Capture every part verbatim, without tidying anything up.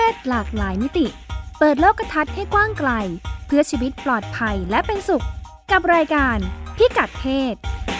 ศหลากหลายมิติเปิดโลกทัศน์ให้กว้างไกลเพื่อชีวิตปลอดภัยและเป็นสุขกับรายการพิกัดเพศ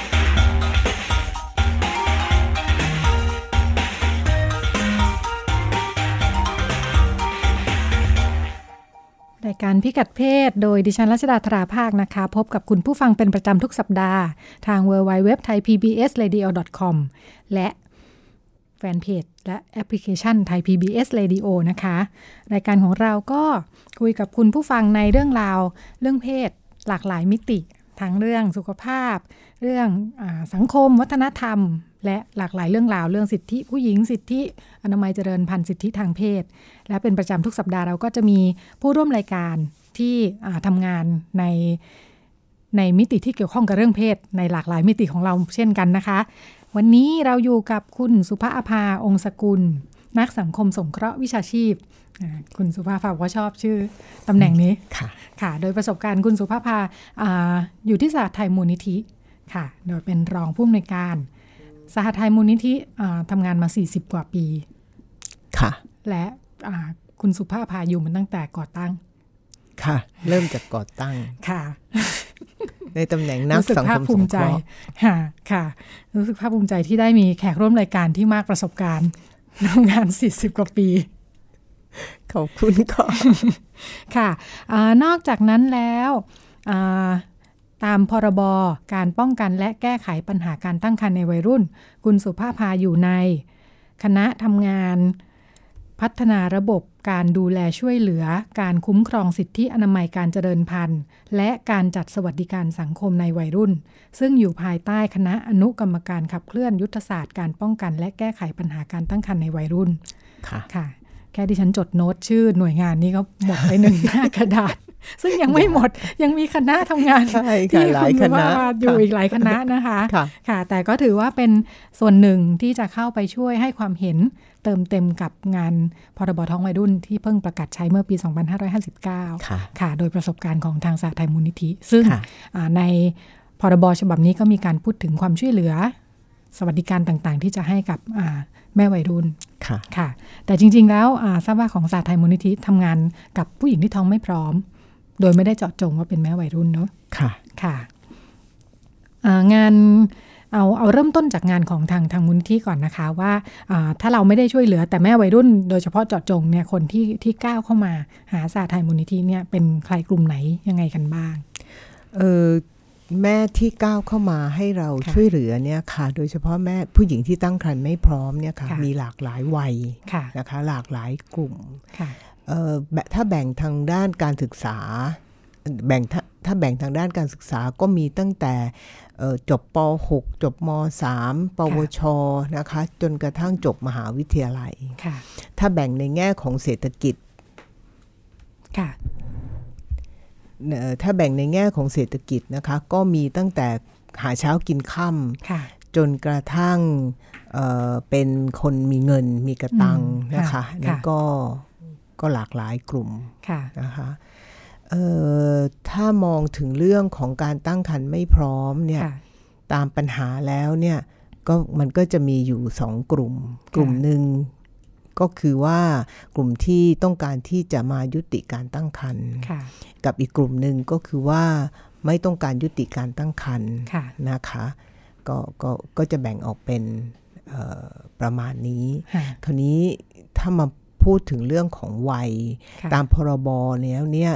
รายการพิกัดเพศโดยดิฉันรัชดาธราภาคนะคะพบกับคุณผู้ฟังเป็นประจำทุกสัปดาห์ทาง ดับเบิลยู ดับเบิลยู ดับเบิลยู ดอท ไทย พี บี เอส เรดิโอ ดอท คอม และแฟนเพจและแอปพลิเคชัน Thai พี บี เอส Radio นะคะรายการของเราก็คุยกับคุณผู้ฟังในเรื่องราวเรื่องเพศหลากหลายมิติทั้งเรื่องสุขภาพเรื่องอาสังคมวัฒนธรรมและหลากหลายเรื่องราวเรื่องสิทธิผู้หญิงสิทธิอนามัยเจริญพันธุ์สิทธิทางเพศและเป็นประจำทุกสัปดาห์เราก็จะมีผู้ร่วมรายการที่ทำงานในในมิติที่เกี่ยวข้องกับเรื่องเพศในหลากหลายมิติของเราเช่นกันนะคะวันนี้เราอยู่กับคุณสุภาภาองค์สกุลนักสังคมสงเคราะห์วิชาชีพคุณสุภาภาก็ชอบชื่อตำแหน่งนี้ค่ะค่ะโดยประสบการณ์คุณสุภาภา อ, อยู่ที่สหไทยมูลนิธิค่ะโดยเป็นรองผู้อำนวยการสหไทยมูลนิธิทำงานมาสี่สิบกว่าปีค่ะและคุณสุภาภาอยู่มาตั้งแต่ก่อตั้งค่ะเริ่มจากก่อตั้งค่ะในตำแหน่งนักสังคมสงเคราะห์ค่ะค่ะรู้สึกภาคภูมิใจที่ได้มีแขกร่วมรายการที่มากประสบการณ์ทำงานสี่สิบกว่าปีขอบคุณค่ะค่ะนอกจากนั้นแล้วตามพรบการป้องกันและแก้ไขปัญหาการตั้งครรภ์ในวัยรุ่นคุณสุภาภาอยู่ในคณะทำงานพัฒนาระบบการดูแลช่วยเหลือการคุ้มครองสิทธิอนามัยการเจริญพันธุ์และการจัดสวัสดิการสังคมในวัยรุ่นซึ่งอยู่ภายใต้คณะอนุกรรมการขับเคลื่อนยุทธศาสตร์การป้องกันและแก้ไขปัญหาการตั้งครรภ์ในวัยรุ่นค่ะค่ะแค่ที่ฉันจดโน้ตชื่อหน่วยงานนี้ก็หมดไปหนึ่งหน้ากระดาษซึ่งยังไม่หมดยังมีคณะทำงานที่หลายคณะอยู่อีกหลายคณะนะคะค่ะแต่ก็ถือว่าเป็นส่วนหนึ่งที่จะเข้าไปช่วยให้ความเห็นเติมเต็มกับงานพรบท้องวัยรุ่นที่เพิ่งประกาศใช้เมื่อปีสองพันห้าร้อยห้าสิบเก้าค่ะค่ะโดยประสบการณ์ของทางสหไทยมูลนิธิซึ่งในพรบฉบับนี้ก็มีการพูดถึงความช่วยเหลือสวัสดิการต่างๆที่จะให้กับแม่วัยรุ่นค่ะค่ะแต่จริงๆแล้วทราบว่าของสหไทยมูลนิธิทำงานกับผู้หญิงที่ท้องไม่พร้อมโดยไม่ได้เจาะจงว่าเป็นแม่วัยรุ่นเนาะค่ะค่ะงานเอาเอาเริ่มต้นจากงานของทางทางมูลนิธิก่อนนะคะว่าถ้าเราไม่ได้ช่วยเหลือแต่แม่วัยรุ่นโดยเฉพาะเจาะจงเนี่ยคนที่ที่ก้าวเข้ามาหาสหไทยมูลนิธิเนี่ยเป็นใครกลุ่มไหนยังไงกันบ้างเออแม่ที่ก้าวเข้ามาให้เราช่วยเหลือเนี่ยค่ะโดยเฉพาะแม่ผู้หญิงที่ตั้งครรภ์ไม่พร้อมเนี่ยค่ะมีหลากหลายวัยนะคะหลากหลายกลุ่มเอ่อถ้าแบ่งทางด้านการศึกษาแบ่งถ้าแบ่งทางด้านการศึกษาก็มีตั้งแต่จบป.หก จบม.สาม ปวช.นะคะจนกระทั่งจบมหาวิทยาลัยถ้าแบ่งในแง่ของเศรษฐกิจค่ะถ้าแบ่งในแง่ของเศรษฐกิจนะคะก็มีตั้งแต่หาเช้ากินค่ำจนกระทั่ง เอ่อ เป็นคนมีเงินมีกระตังนะคะนี่ก็ก็หลากหลายกลุ่มนะคะเอ่อถ้ามองถึงเรื่องของการตั้งครรภ์ไม่พร้อมเนี่ยตามปัญหาแล้วเนี่ยก็มันก็จะมีอยู่สองกลุ่มกลุ่มหนึ่งก็คือว่ากลุ่มที่ต้องการที่จะมายุติการตั้งครรภ์กับอีกกลุ่มหนึ่งก็คือว่าไม่ต้องการยุติการตั้งครรภ์นะคะก็ก็ก็จะแบ่งออกเป็นประมาณนี้คราวนี้ถ้ามาพูดถึงเรื่องของวัยตามพรบเนี่ยเนี่ย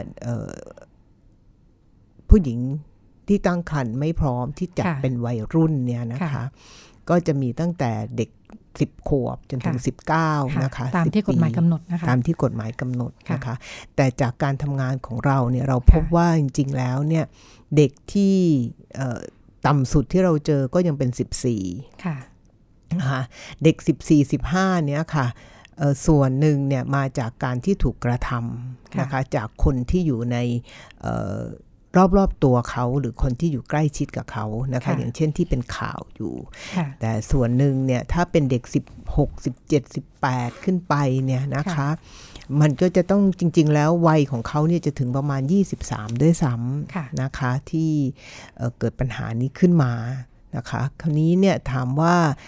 ผู้หญิงที่ตั้งครรภ์ไม่พร้อมที่จะเป็นวัยรุ่นเนี่ยนะคะก็จะมีตั้งแต่เด็กสิบขวบจนถึงสิบเก้านะคะตามที่กฎหมายกำหนดนะคะตามที่กฎหมายกำหนดนะคะแต่จากการทำงานของเราเนี่ยเราพบว่าจริงๆแล้วเนี่ยเด็กที่ต่ำสุดที่เราเจอก็ยังเป็นสิบสี่ค่ะนะคะเด็กสิบสี่ สิบห้าเนี่ยค่ะส่วนหนึ่งเนี่ยมาจากการที่ถูกกระทำนะคะจากคนที่อยู่ในรอบๆตัวเขาหรือคนที่อยู่ใกล้ชิดกับเขานะคะอย่างเช่นที่เป็นข่าวอยู่แต่ส่วนหนึ่งเนี่ยถ้าเป็นเด็กสิบหก สิบเจ็ด สิบแปดขึ้นไปเนี่ยนะคะมันก็จะต้องจริงๆแล้ววัยของเขาเนี่ยจะถึงประมาณยี่สิบสามด้วยซ้ำนะคะที่เกิดปัญหานี้ขึ้นมานะคะคราวนี้เนี่ยถามว่า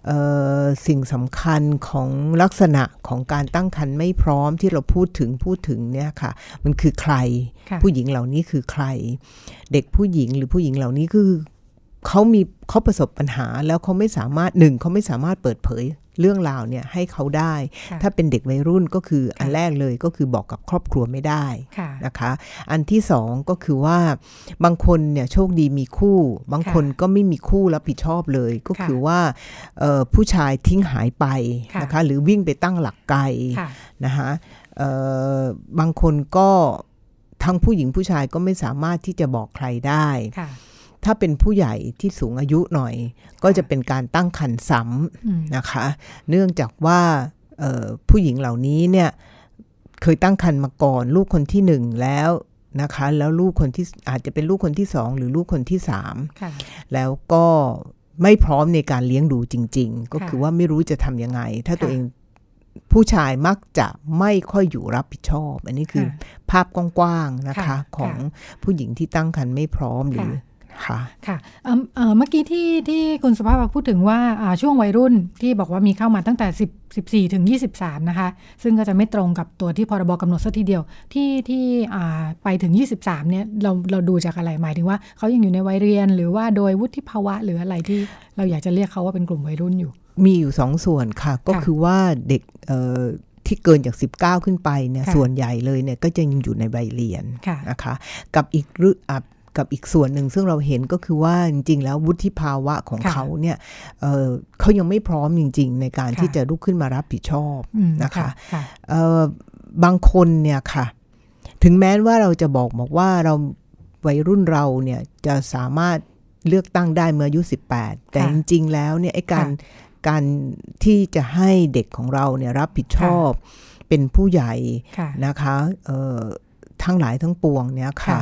สิ่งสำคัญของลักษณะของการตั้งครรภ์ไม่พร้อมที่เราพูดถึงพูดถึงเนี่ยค่ะมันคือใครผู้หญิงเหล่านี้คือใครเด็กผู้หญิงหรือผู้หญิงเหล่านี้คือเขามีเขาประสบปัญหาแล้วเขาไม่สามารถหนึ่งเขาไม่สามารถเปิดเผยเรื่องราวเนี่ยให้เขาได้ถ้าเป็นเด็กวัยรุ่นก็คืออันแรกเลยก็คือบอกกับครอบครัวไม่ได้นะคะอันที่สองก็คือว่าบางคนเนี่ยโชคดีมีคู่บางคนก็ไม่มีคู่รับผิดชอบเลยก็คือว่าผู้ชายทิ้งหายไปนะคะหรือวิ่งไปตั้งหลักไกลนะคะบางคนก็ทั้งผู้หญิงผู้ชายก็ไม่สามารถที่จะบอกใครได้ถ้าเป็นผู้ใหญ่ที่สูงอายุหน่อยก็จะเป็นการตั้งครรภ์ซ้ำนะคะเนื่องจากว่าผู้หญิงเหล่านี้เนี่ยเคยตั้งครรภ์มาก่อนลูกคนที่หนึ่งแล้วนะคะแล้วลูกคนที่อาจจะเป็นลูกคนที่สองหรือลูกคนที่สามแล้วก็ไม่พร้อมในการเลี้ยงดูจริงๆก็คือว่าไม่รู้จะทำยังไงถ้าตัวเองผู้ชายมักจะไม่ค่อยอยู่รับผิดชอบอันนี้คือภาพกว้างๆนะคะของผู้หญิงที่ตั้งครรภ์ไม่พร้อมหรือค่ะค่ะเอ่อ เอ่อ เมื่อกี้ที่ที่คุณสุภาพพูดถึงว่าช่วงวัยรุ่นที่บอกว่ามีเข้ามาตั้งแต่สิบ สิบสี่ถึงยี่สิบสามนะคะซึ่งก็จะไม่ตรงกับตัวที่พรบกำหนดซะทีเดียวที่ที่ไปถึงยี่สิบสามเนี่ยเราเราดูจากอะไรหมายถึงว่าเขายังอยู่ในวัยเรียนหรือว่าโดยวุฒิภาวะหรืออะไรที่เราอยากจะเรียกเขาว่าเป็นกลุ่มวัยรุ่นอยู่มีอยู่สองส่วนค่ะก็คือว่าเด็กเอ่อที่เกินจากสิบเก้าขึ้นไปเนี่ยส่วนใหญ่เลยเนี่ยก็จะยังอยู่ในวัยเรียนนะคะกับอีกหรือกับอีกส่วนหนึ่งซึ่งเราเห็นก็คือว่าจริงๆแล้ววุฒิภาวะของเขาเนี่ย เอ่อ เขายังไม่พร้อมจริงๆในการที่จะลุกขึ้นมารับผิดชอบนะคะบางคนเนี่ยค่ะถึงแม้ว่าเราจะบอกบอกว่าเราวัยรุ่นเราเนี่ยจะสามารถเลือกตั้งได้เมื่ออายุสิบแปดแต่จริงๆแล้วเนี่ยไอ้การการที่จะให้เด็กของเราเนี่ยรับผิดชอบเป็นผู้ใหญ่นะคะทั้งหลายทั้งปวงเนี่ยค่ะ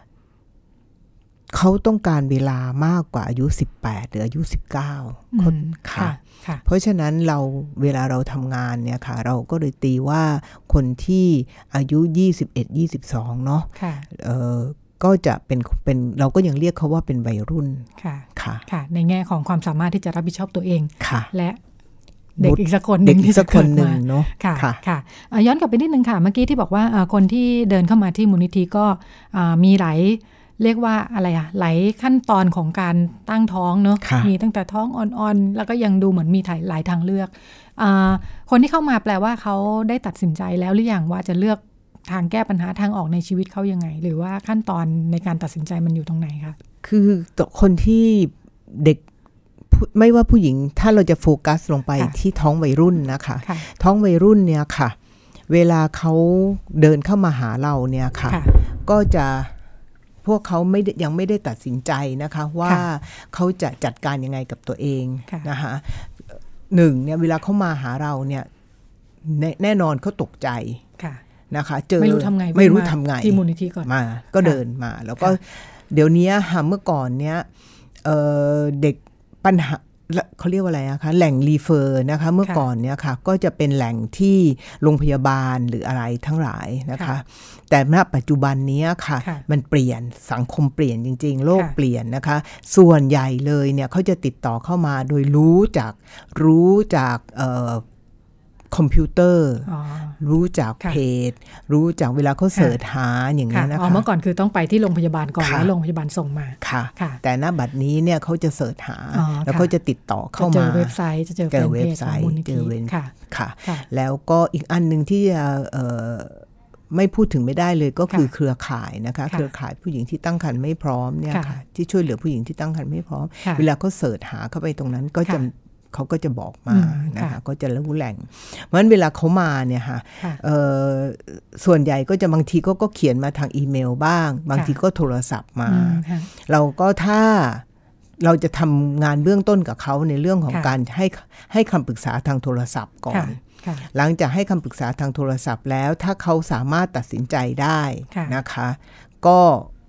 เขาต้องการเวลามากกว่าอายุสิบแปดหรืออายุสิบเก้าคนค่ะเพราะฉะนั้นเราเวลาเราทำงานเนี่ยค่ะเราก็เลยตีว่าคนที่อายุยี่สิบเอ็ด ยี่สิบสองเนาะเอ่อก็จะเป็นเป็นเราก็ยังเรียกเขาว่าเป็นวัยรุ่นค่ะค่ะค่ะในแง่ของความสามารถที่จะรับผิดชอบตัวเองค่ะและเด็กอีกสักคนหนึ่งที่จะเกิดมาเนาะค่ะค่ะย้อนกลับไปนิดนึงค่ะเมื่อกี้ที่บอกว่าคนที่เดินเข้ามาที่มูลนิธิก็มีหลายเรียกว่าอะไรอะหลายขั้นตอนของการตั้งท้องเนาะมีตั้งแต่ท้องอ่อนๆแล้วก็ยังดูเหมือนมีหลายทางเลือกคนที่เข้ามาแปลว่าเขาได้ตัดสินใจแล้วหรือยังว่าจะเลือกทางแก้ปัญหาทางออกในชีวิตเขายังไงหรือว่าขั้นตอนในการตัดสินใจมันอยู่ตรงไหนคะคือคนที่เด็กไม่ว่าผู้หญิงถ้าเราจะโฟกัสลงไปที่ท้องวัยรุ่นนะคะท้องวัยรุ่นเนี่ยค่ะเวลาเขาเดินเข้ามาหาเราเนี่ยค่ะก็จะพวกเขาไม่ยังไม่ได้ตัดสินใจนะคะว่าเขาจะจัดการยังไงกับตัวเองนะคะหนึ่งเนี่ยเวลาเขามาหาเราเนี่ยแน่นอนเขาตกใจนะคะเจอไม่รู้ทำไงไม่รู้ทำไงที่มูลนิธิก่อนมาก็เดินมาแล้วก็เดี๋ยวนี้ค่ะเมื่อก่อนเนี้ย เ, เด็กปัญหาเขาเรียกว่าอะไรนะคะแหล่งรีเฟอร์นะคะเมื่อก่อนเนี้ยค่ะก็จะเป็นแหล่งที่โรงพยาบาลหรืออะไรทั้งหลายนะคะแต่ณปัจจุบันนี้ค่ะมันเปลี่ยนสังคมเปลี่ยนจริงๆโลกเปลี่ยนนะคะส่วนใหญ่เลยเนี่ยเขาจะติดต่อเข้ามาโดยรู้จากรู้จากคอมพิวเตอร์รู้จากเพจรู้จากเวลาเขาเสิร์ชหาอย่างนี้นะคะเมื่อก่อนคือต้องไปที่โรงพยาบาลก่อนแล้วโรงพยาบาลส่งมาค่ะแต่ณบัดนี้เนี่ยเขาจะเสิร์ชหาแล้วเขาจะติดต่อเข้ามาจะเจอเว็บไซต์จะเจอเว็บไซต์เจอเว็บค่ะค่ะแล้วก็อีกอันนึงที่ไม่พูดถึงไม่ได้เลยก็คือเครือข่ายนะคะเครือข่ายผู้หญิงที่ตั้งครรภ์ไม่พร้อมเนี่ยค่ะที่ช่วยเหลือผู้หญิงที่ตั้งครรภ์ไม่พร้อมเวลาเขาเสิร์ชหาเข้าไปตรงนั้นก็จะเขาก็จะบอกมานะคะก็จะรู้แหล่งเพราะฉะนั้นเวลาเขามาเนี่ยค่ะส่วนใหญ่ก็จะบางทีก็ก็เขียนมาทางอีเมลบ้างบางทีก็โทรศัพท์มาเราก็ถ้าเราจะทำงานเบื้องต้นกับเขาในเรื่องของการให้ให้คำปรึกษาทางโทรศัพท์ก่อนหลังจากให้คำปรึกษาทางโทรศัพท์แล้วถ้าเขาสามารถตัดสินใจได้นะคะก็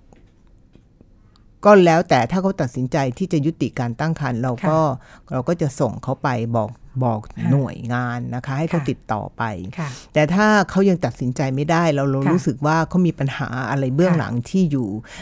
ก็แล้วแต่ถ้าเขาตัดสินใจที่จะยุติการตั้งครรภ์เราก็เราก็จะส่งเขาไปบอกบอกหน่วยงานนะคะให้เขาติดต่อไปแต่ถ้าเขายังตัดสินใจไม่ได้เราเรารู้สึกว่าเขามีปัญหาอะไรเบื้องหลังที่อยู่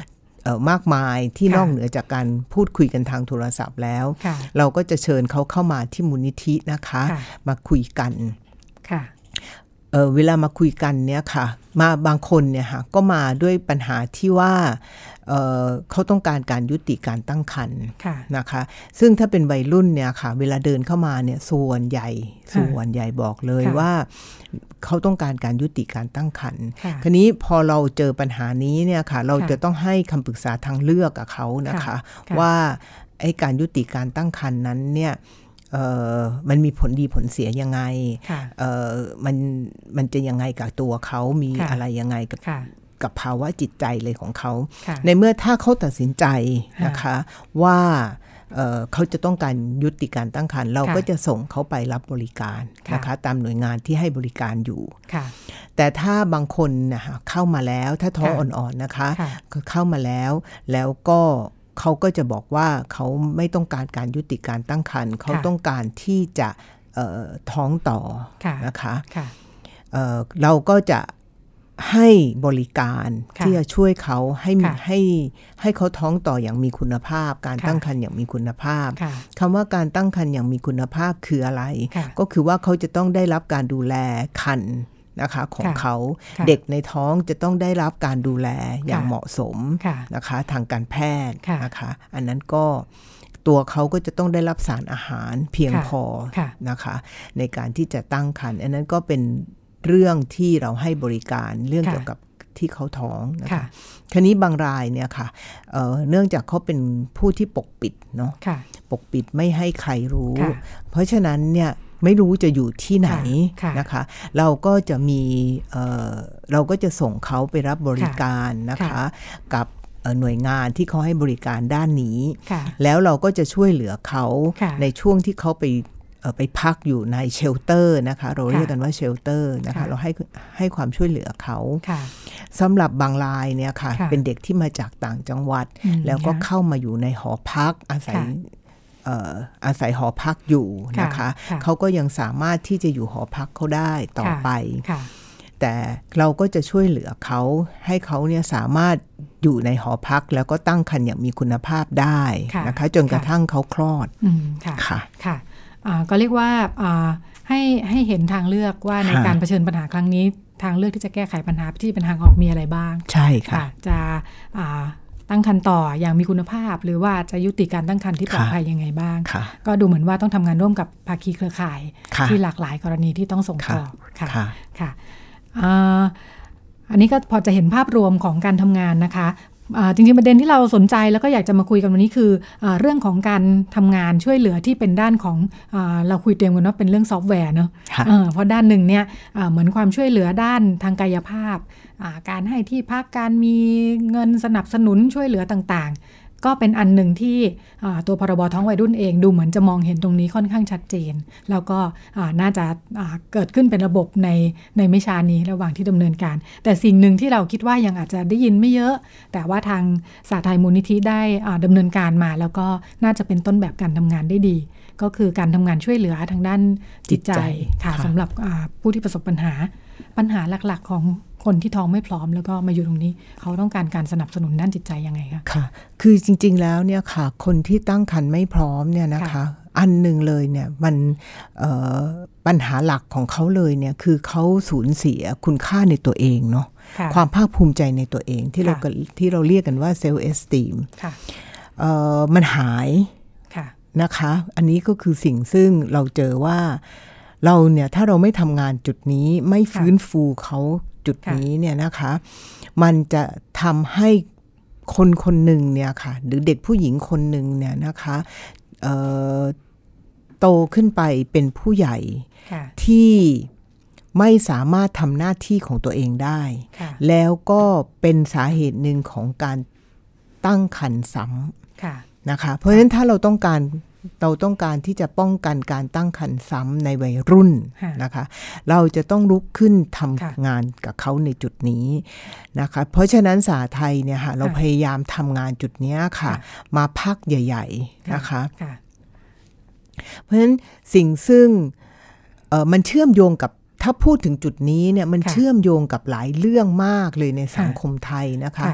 มากมายที่นอกเหนือจากการพูดคุยกันทางโทรศัพท์แล้วเราก็จะเชิญเขาเข้ามาที่มูลนิธินะคะมาคุยกันเอ่อเวลามาคุยกันเนี่ยค่ะมาบางคนเนี่ยค่ะก็มาด้วยปัญหาที่ว่า เอ่อ เขาต้องการการยุติการตั้งครรภ์นะคะซึ่งถ้าเป็นวัยรุ่นเนี่ยค่ะเวลาเดินเข้ามาเนี่ยส่วนใหญ่ส่วนใหญ่บอกเลยว่าเขาต้องการการยุติการตั้งครรภ์คราวนี้พอเราเจอปัญหานี้เนี่ยค่ะเราจะต้องให้คำปรึกษาทางเลือกกับเขานะคะว่าไอ้การยุติการตั้งครรภ์นั้นเนี่ยเอ่อมันมีผลดีผลเสียยังไงเอ่อมันมันจะยังไงกับตัวเขามีอะไรยังไงกับกับภาวะจิตใจเลยของเขาในเมื่อถ้าเขาตัดสินใจนะคะว่าเอ่อเขาจะต้องการยุติการตั้งครรภ์เราก็จะส่งเขาไปรับบริการนะคะตามหน่วยงานที่ให้บริการอยู่แต่ถ้าบางคนนะคะเข้ามาแล้วถ้าท้องอ่อนๆนะคะเข้ามาแล้วแล้วก็เขาก็จะบอกว่าเขาไม่ต้องการการยุติการตั้งครรภ์เขาต้องการที่จะท้องต่อนะคะเอ่อเราก็จะให้บริการที่จะช่วยเขาให้ให้ให้เขาท้องต่ออย่างมีคุณภาพการตั้งครรภ์อย่างมีคุณภาพคำว่าการตั้งครรภ์อย่างมีคุณภาพคืออะไรก็คือว่าเขาจะต้องได้รับการดูแลครรภ์นะคะของเขาเด็กในท้องจะต้องได้รับการดูแลอย่างเหมาะสมนะคะทางการแพทย์นะคะอันนั้นก็ตัวเขาก็จะต้องได้รับสารอาหารเพียงพอนะคะในการที่จะตั้งครรภ์อันนั้นก็เป็นเรื่องที่เราให้บริการเรื่องเกี่ยวกับที่เขาท้องนะคะคราวนี้บางรายเนี่ยค่ะ เอ่อ เนื่องจากเขาเป็นผู้ที่ปกปิดเนาะปกปิดไม่ให้ใครรู้เพราะฉะนั้นเนี่ยไม่รู้จะอยู่ที่ไหนนะคะเราก็จะมีเอ่อเราก็จะส่งเขาไปรับบริการนะคะกับหน่วยงานที่เขาให้บริการด้านนี้แล้วเราก็จะช่วยเหลือเขาในช่วงที่เขาไปไปพักอยู่ในเชลเตอร์นะคะเราเรียกกันว่าเชลเตอร์นะคะเราให้ให้ความช่วยเหลือเขาสำหรับบางรายเนี่ยค่ะเป็นเด็กที่มาจากต่างจังหวัดแล้วก็เข้ามาอยู่ในหอพักอาศัยอาศัยหอพักอยู่นะคะเขาก็ยังสามารถที่จะอยู่หอพักเขาได้ต่อไปแต่เราก็จะช่วยเหลือเขาให้เขาเนี่ยสามารถอยู่ในหอพักแล้วก็ตั้งครรภ์อย่างมีคุณภาพได้นะคะจนกระทั่งเขาคลอดค่ะค่ะก็เรียกว่าให้ให้เห็นทางเลือกว่าในการเผชิญปัญหาครั้งนี้ทางเลือกที่จะแก้ไขปัญหาที่เป็นทางออกมีอะไรบ้างใช่ค่ะจะตั้งครรภ์ต่ออย่างมีคุณภาพหรือว่าจะยุติการตั้งครรภ์ที่ปลอดภัยยังไงบ้างก็ดูเหมือนว่าต้องทำงานร่วมกับภาคีเครือข่ายที่หลากหลายกรณีที่ต้องส่งต่อค่ะค่ะอันนี้ก็พอจะเห็นภาพรวมของการทำงานนะคะจริงๆประเด็นที่เราสนใจแล้วก็อยากจะมาคุยกันวันนี้คือเรื่องของการทำงานช่วยเหลือที่เป็นด้านของเราคุยเตรียมกันว่าเป็นเรื่องซอฟต์แวร์เนอะเพราะด้านหนึ่งเนี่ยเหมือนความช่วยเหลือด้านทางกายภาพการให้ที่พักการมีเงินสนับสนุนช่วยเหลือต่างๆก็เป็นอันหนึ่งที่ตัวพรบท้องวัยรุ่นเองดูเหมือนจะมองเห็นตรงนี้ค่อนข้างชัดเจนแล้วก็น่าจะเกิดขึ้นเป็นระบบในในไม่ช้านี้ระหว่างที่ดำเนินการแต่สิ่งหนึ่งที่เราคิดว่ายังอาจจะได้ยินไม่เยอะแต่ว่าทางสาไทยมูลนิธิได้ดำเนินการมาแล้วก็น่าจะเป็นต้นแบบการทำงานได้ดีก็คือการทำงานช่วยเหลือทางด้านจิตใจค่ะสำหรับผู้ที่ประสบปัญหาปัญหาหลักๆของคนที่ท้องไม่พร้อมแล้วก็มาอยู่ตรงนี้เขาต้องการการสนับสนุนด้านจิตใจยังไงคะค่ะคือจริงๆแล้วเนี่ยค่ะคนที่ตั้งครรภ์ไม่พร้อมเนี่ยนะคะอันหนึ่งเลยเนี่ยมันปัญหาหลักของเขาเลยเนี่ยคือเขาสูญเสียคุณค่าในตัวเองเนาะความภาคภูมิใจในตัวเองที่เราที่เราเรียกกันว่าเซลฟ์เอสติมมันหายนะคะอันนี้ก็คือสิ่งซึ่งเราเจอว่าเราเนี่ยถ้าเราไม่ทำงานจุดนี้ไม่ฟื้นฟูเขาจุดนี้เนี่ยนะคะมันจะทำให้คนคนหนึ่งเนี่ยค่ะหรือเด็กผู้หญิงคนหนึ่งเนี่ยนะคะเอ่อโตขึ้นไปเป็นผู้ใหญ่ที่ไม่สามารถทำหน้าที่ของตัวเองได้แล้วก็เป็นสาเหตุหนึ่งของการตั้งครรภ์ซ้ำนะคะเพราะฉะนั้นถ้าเราต้องการเราต้องการที่จะป้องกันการตั้งครรภ์ซ้ำในวัยรุ่นนะคะเราจะต้องลุกขึ้นทำงานกับเขาในจุดนี้นะคะเพราะฉะนั้นสาไทยเนี่ยค่ะเราพยายามทำงานจุดนี้ค่ะมาพักใหญ่ๆนะคะเพราะฉะนั้นสิ่งซึ่งเอ่อมันเชื่อมโยงกับถ้าพูดถึงจุดนี้เนี่ยมันเชื่อมโยงกับหลายเรื่องมากเลยในสังคมไทยนะคะ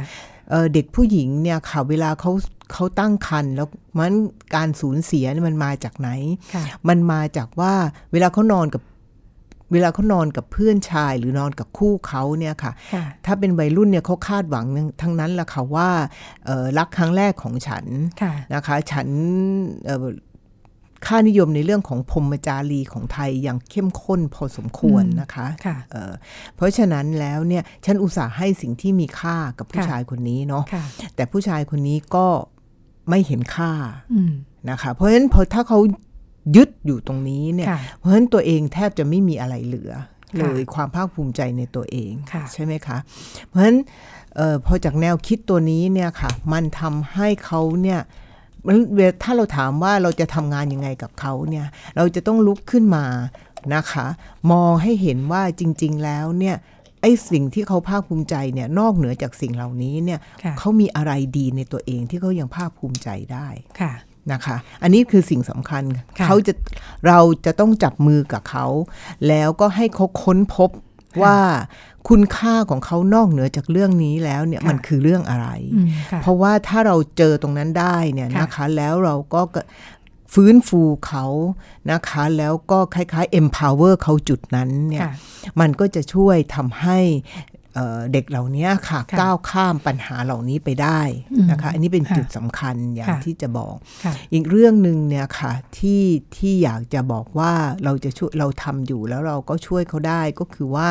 เอ่อเด็กผู้หญิงเนี่ยค่ะเวลาเขาเขาตั้งครรภ์แล้วมันการสูญเสียนี่มันมาจากไหนมันมาจากว่าเวลาเขานอนกับเวลาเขานอนกับเพื่อนชายหรือนอนกับคู่เขาเนี่ยค่ะถ้าเป็นวัยรุ่นเนี่ยเขาคาดหวังทั้งนั้นแหละค่ะว่ารักครั้งแรกของฉันนะคะฉันค่านิยมในเรื่องของพรหมจารีของไทยอย่างเข้มข้นพอสมควรนะคะเ, เพราะฉะนั้นแล้วเนี่ยฉันอุตส่าห์ให้สิ่งที่มีค่ากับผู้ชายคนนี้เนาะแต่ผู้ชายคนนี้ก็ไม่เห็นค่านะคะเพราะฉะนั้นพอถ้าเขายึดอยู่ตรงนี้เนี่ยเพราะฉะนั้นตัวเองแทบจะไม่มีอะไรเหลือเลยความภาคภูมิใจในตัวเองใช่ไหมคะเพราะฉะนั้นออพอจากแนวคิดตัวนี้เนี่ยค่ะมันทำให้เขาเนี่ยถ้าเราถามว่าเราจะทำงานยังไงกับเขาเนี่ยเราจะต้องลุกขึ้นมานะคะมองให้เห็นว่าจริงๆแล้วเนี่ยไอ้สิ่งที่เขาภาคภูมิใจเนี่ยนอกเหนือจากสิ่งเหล่านี้เนี่ยเขามีอะไรดีในตัวเองที่เขายังภาคภูมิใจได้นะคะอันนี้คือสิ่งสำคัญเขาจะเราจะต้องจับมือกับเขาแล้วก็ให้เขาค้นพบว่าคุณค่าของเขานอกเหนือจากเรื่องนี้แล้วเนี่ยมันคือเรื่องอะไรเพราะว่าถ้าเราเจอตรงนั้นได้เนี่ยนะคะแล้วเราก็ฟื้นฟูเขานะคะแล้วก็คล้ายๆ empower เขาจุดนั้นเนี่ยมันก็จะช่วยทำให้เด็กเหล่านี้ค่ะก้าวข้ามปัญหาเหล่านี้ไปได้นะคะอันนี้เป็นจุดสำคัญอย่างที่จะบอกอีกเรื่องนึงเนี่ยค่ะที่ที่อยากจะบอกว่าเราจะช่วยเราทำอยู่แล้วเราก็ช่วยเขาได้ก็คือว่า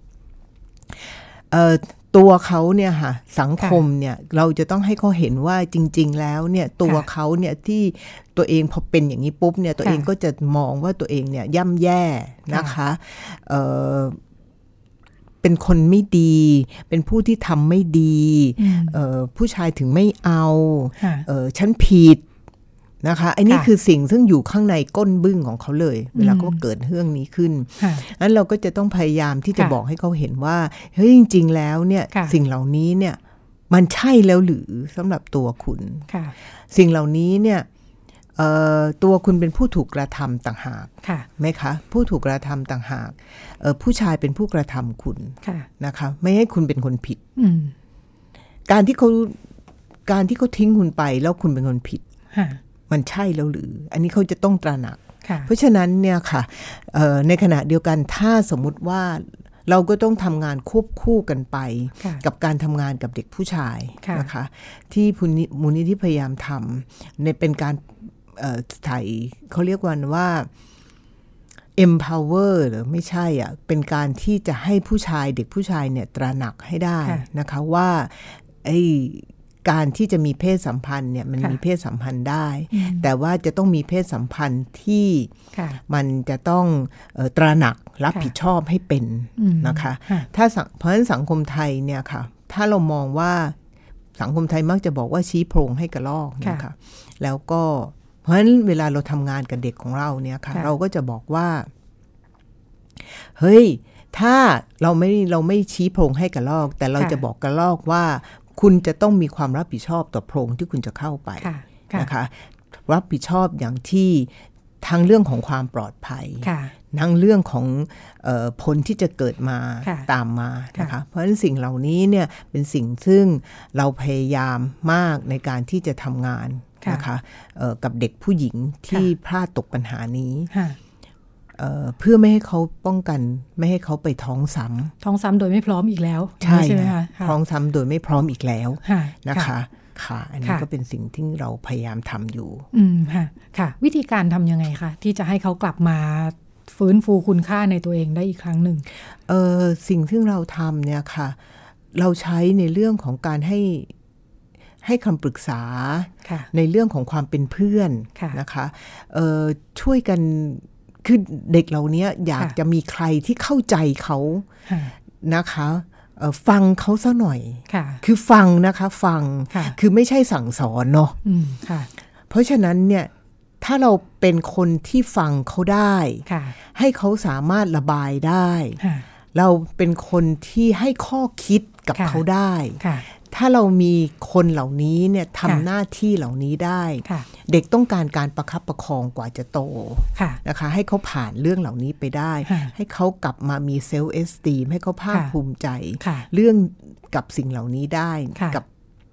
ตัวเขาเนี่ยค่ะสังคมเนี่ยเราจะต้องให้เขาเห็นว่าจริงๆแล้วเนี่ยตัวเขาเนี่ยที่ตัวเองพอเป็นอย่างนี้ปุ๊บเนี่ยตัวเองก็จะมองว่าตัวเองเนี่ยย่ำแย่นะคะเอ่อเป็นคนไม่ดีเป็นผู้ที่ทำไม่ดีผู้ชายถึงไม่เอาฉันผิดนะคะอันนี้คือสิ่งซึ่งอยู่ข้างในก้นบึ้งของเขาเลยเวลาเขาเกิดเรื่องนี้ขึ้นนั้นเราก็จะต้องพยายามที่จะบอกให้เขาเห็นว่าเฮ้ยจริงๆแล้วเนี่ยสิ่งเหล่านี้เนี่ยมันใช่แล้วหรือสำหรับตัวคุณสิ่งเหล่านี้เนี่ยตัวคุณเป็นผู้ถูกกระทำต่างหากไหมคะผู้ถูกกระทำต่างหากผู้ชายเป็นผู้กระทำคุณนะคะไม่ให้คุณเป็นคนผิดการที่เขาการที่เขาทิ้งคุณไปแล้วคุณเป็นคนผิดมันใช่แล้วหรืออันนี้เขาจะต้องตระหนักเพราะฉะนั้นเนี่ยค่ะในขณะเดียวกันถ้าสมมุติว่าเราก็ต้องทำงานควบคู่กันไปกับการทำงานกับเด็กผู้ชายนะคะที่มูลนิธิพยายามทำในเป็นการไถ่เขาเรียกว่าว่า empower หรือไม่ใช่อ่ะเป็นการที่จะให้ผู้ชายเด็กผู้ชายเนี่ยตระหนักให้ได้นะคะว่าไอ้การที่จะมีเพศสัมพันธ์เนี่ยมันมีเพศสัมพันธ์ได้แต่ว่าจะต้องมีเพศสัมพันธ์ที่มันจะต้องเอ่อตระหนักรับผิดชอบให้เป็นนะคะถ้าเพราะฉะนั้นสังคมไทยเนี่ยค่ะถ้าเรามองว่าสังคมไทยมักจะบอกว่าชี้โพรงให้กระรอกนะคะแล้วก็เพราะฉะนั้นเวลาเราทำงานกับเด็กของเราเนี่ยค่ะเราก็จะบอกว่าเฮ้ยถ้าเราไม่เราไม่ชี้โพรงให้กระรอกแต่เราจะบอกกระรอกว่าคุณจะต้องมีความรับผิดชอบต่อโพรงที่คุณจะเข้าไปนะคะรับผิดชอบอย่างที่ทั้งเรื่องของความปลอดภัยทั้งเรื่องของเอ่อผลที่จะเกิดมาตามมานะคะเพราะฉะนั้นสิ่งเหล่านี้เนี่ยเป็นสิ่งซึ่งเราพยายามมากในการที่จะทำงานนะคะเอ่อกับเด็กผู้หญิงที่พลาดตกปัญหานี้เอ่อเพื่อไม่ให้เขาป้องกันไม่ให้เขาไปท้องซ้ำท้องซ้ำโดยไม่พร้อมอีกแล้วใช่ไหมคะท้องซ้ำโดยไม่พร้อมอีกแล้วนะคะค่ะอันนี้ก็เป็นสิ่งที่เราพยายามทำอยู่อืมค่ะค่ะวิธีการทำยังไงคะที่จะให้เขากลับมาฟื้นฟูคุณค่าในตัวเองได้อีกครั้งหนึ่งเออสิ่งที่เราทำเนี่ยค่ะเราใช้ในเรื่องของการให้ให้คำปรึกษาในเรื่องของความเป็นเพื่อนนะคะเออช่วยกันคือเด็กเหล่านี้อยากจะมีใครที่เข้าใจเขานะคะฟังเขาซะหน่อยคือฟังนะคะฟังคือไม่ใช่สั่งสอนเนาะเพราะฉะนั้นเนี่ยถ้าเราเป็นคนที่ฟังเขาได้ให้เขาสามารถระบายได้เราเป็นคนที่ให้ข้อคิดกับเขาได้ถ้าเรามีคนเหล่านี้เนี่ยทำหน้าที่เหล่านี้ได้เด็กต้องการการประคับประคองกว่าจะโตนะคะให้เขาผ่านเรื่องเหล่านี้ไปได้ให้เขากลับมามีเซลฟ์เอสตีมให้เขาภาคภูมิใจเรื่องกับสิ่งเหล่านี้ได้กับ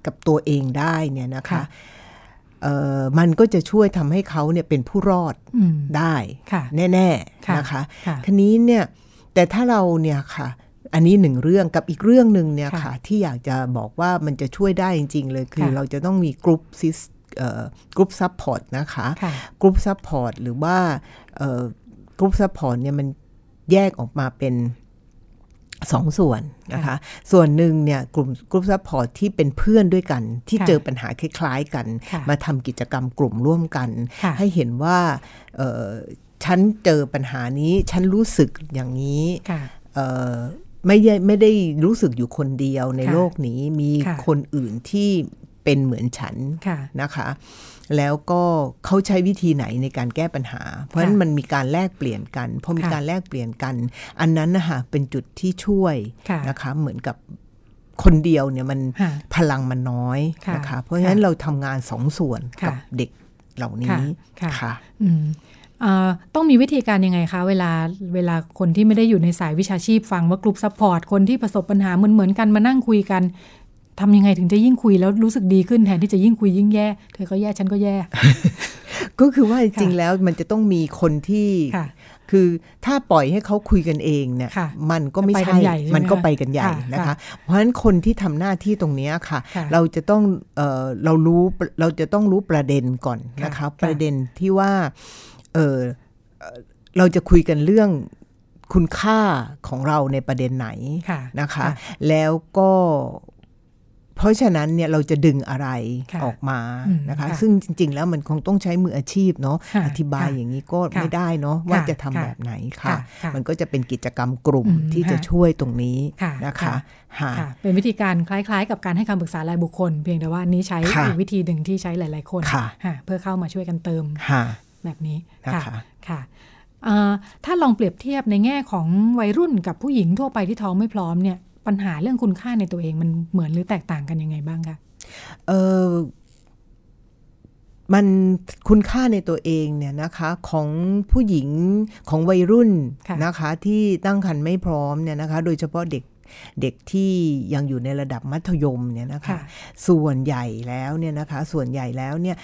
กับตัวเองได้เนี่ยนะคะเอ่อมันก็จะช่วยทำให้เขาเนี่ยเป็นผู้รอดได้แน่ๆนะคะทีนี้เนี่ยแต่ถ้าเราเนี่ยค่ะอันนี้หนึ่งเรื่องกับอีกเรื่องนึงเนี่ยค่ะที่อยากจะบอกว่ามันจะช่วยได้จริงๆเลยคือเราจะต้องมีกรุ๊ปซิสกรุ๊ปซัพพอร์ตนะคะกรุ๊ปซัพพอร์ตหรือว่ากรุ๊ปซัพพอร์ตเนี่ยมันแยกออกมาเป็นสองส่วนนะคะส่วนหนึ่งเนี่ยกลุ่มกรุ๊ปซัพพอร์ตที่เป็นเพื่อนด้วยกันที่เจอปัญหาคล้ายๆกันมาทำกิจกรรมกลุ่มร่วมกันให้เห็นว่าฉันเจอปัญหานี้ฉันรู้สึกอย่างนี้ไม่ได้ไม่ได้รู้สึกอยู่คนเดียวในโลกนี้มีคนอื่นที่เป็นเหมือนฉันนะคะแล้วก็เขาใช้วิธีไหนในการแก้ปัญหาเพราะฉะนั้นมันมีการแลกเปลี่ยนกันพอมีการแลกเปลี่ยนกันอันนั้นนะคะเป็นจุดที่ช่วยนะคะเหมือนกับคนเดียวเนี่ยมันพลังมันน้อยนะคะเพราะฉะนั้นเราทำงานสองส่วนกับเด็กเหล่านี้ค่ะต้องมีวิธีการยังไงคะเวลาเวลาคนที่ไม่ได้อยู่ในสายวิชาชีพฟังว่ากลุ่มซัพพอร์ตคนที่ประสบปัญหาเหมือนๆกันมานั่งคุยกันทำยังไงถึงจะยิ่งคุยแล้วรู้สึกดีขึ้นแทนที่จะยิ่งคุยยิ่งแย่เธอก็แย่ฉันก็แย่ก็คือว่าจริงๆแล้วมันจะต้องมีคนที่คือถ้าปล่อยให้เขาคุยกันเองเนี่ยมันก็ไม่ใช่มันก็ไปกันใหญ่นะคะเพราะฉะนั้นคนที่ทำหน้าที่ตรงนี้ค่ะเราจะต้องเอ่อเรารู้เราจะต้องรู้ประเด็นก่อนนะคะประเด็นที่ว่าเออเราจะคุยกันเรื่องคุณค่าของเราในประเด็นไหนนะคะแล้วก็เพราะฉะนั้นเนี่ยเราจะดึงอะไรออกมานะคะซึ่งจริงๆแล้วมันคงต้องใช้มืออาชีพเนาะอธิบายอย่างนี้ก็ไม่ได้เนาะว่าจะทำแบบไหนค่ะมันก็จะเป็นกิจกรรมกลุ่มที่จะช่วยตรงนี้นะคะเป็นวิธีการคล้ายๆกับการให้คำปรึกษารายบุคคลเพียงแต่ว่านี้ใช้อีกวิธีหนึ่งที่ใช้หลายๆคนเพื่อเข้ามาช่วยกันเติมแบบนี้ค่ะค่ะถ้าลองเปรียบเทียบในแง่ของวัยรุ่นกับผู้หญิงทั่วไปที่ท้องไม่พร้อมเนี่ยปัญหาเรื่องคุณค่าในตัวเองมันเหมือนหรือแตกต่างกันยังไงบ้างคะเออมันคุณค่าในตัวเองเนี่ยนะคะของผู้หญิงของวัยรุ่นนะคะที่ตั้งครรภ์ไม่พร้อมเนี่ยนะคะโดยเฉพาะเด็กเด็กที่ยังอยู่ในระดับมัธยมเนี่ยนะคะส่วนใหญ่แล้วเนี่ยนะคะส่วนใหญ่แล้วเนี่ย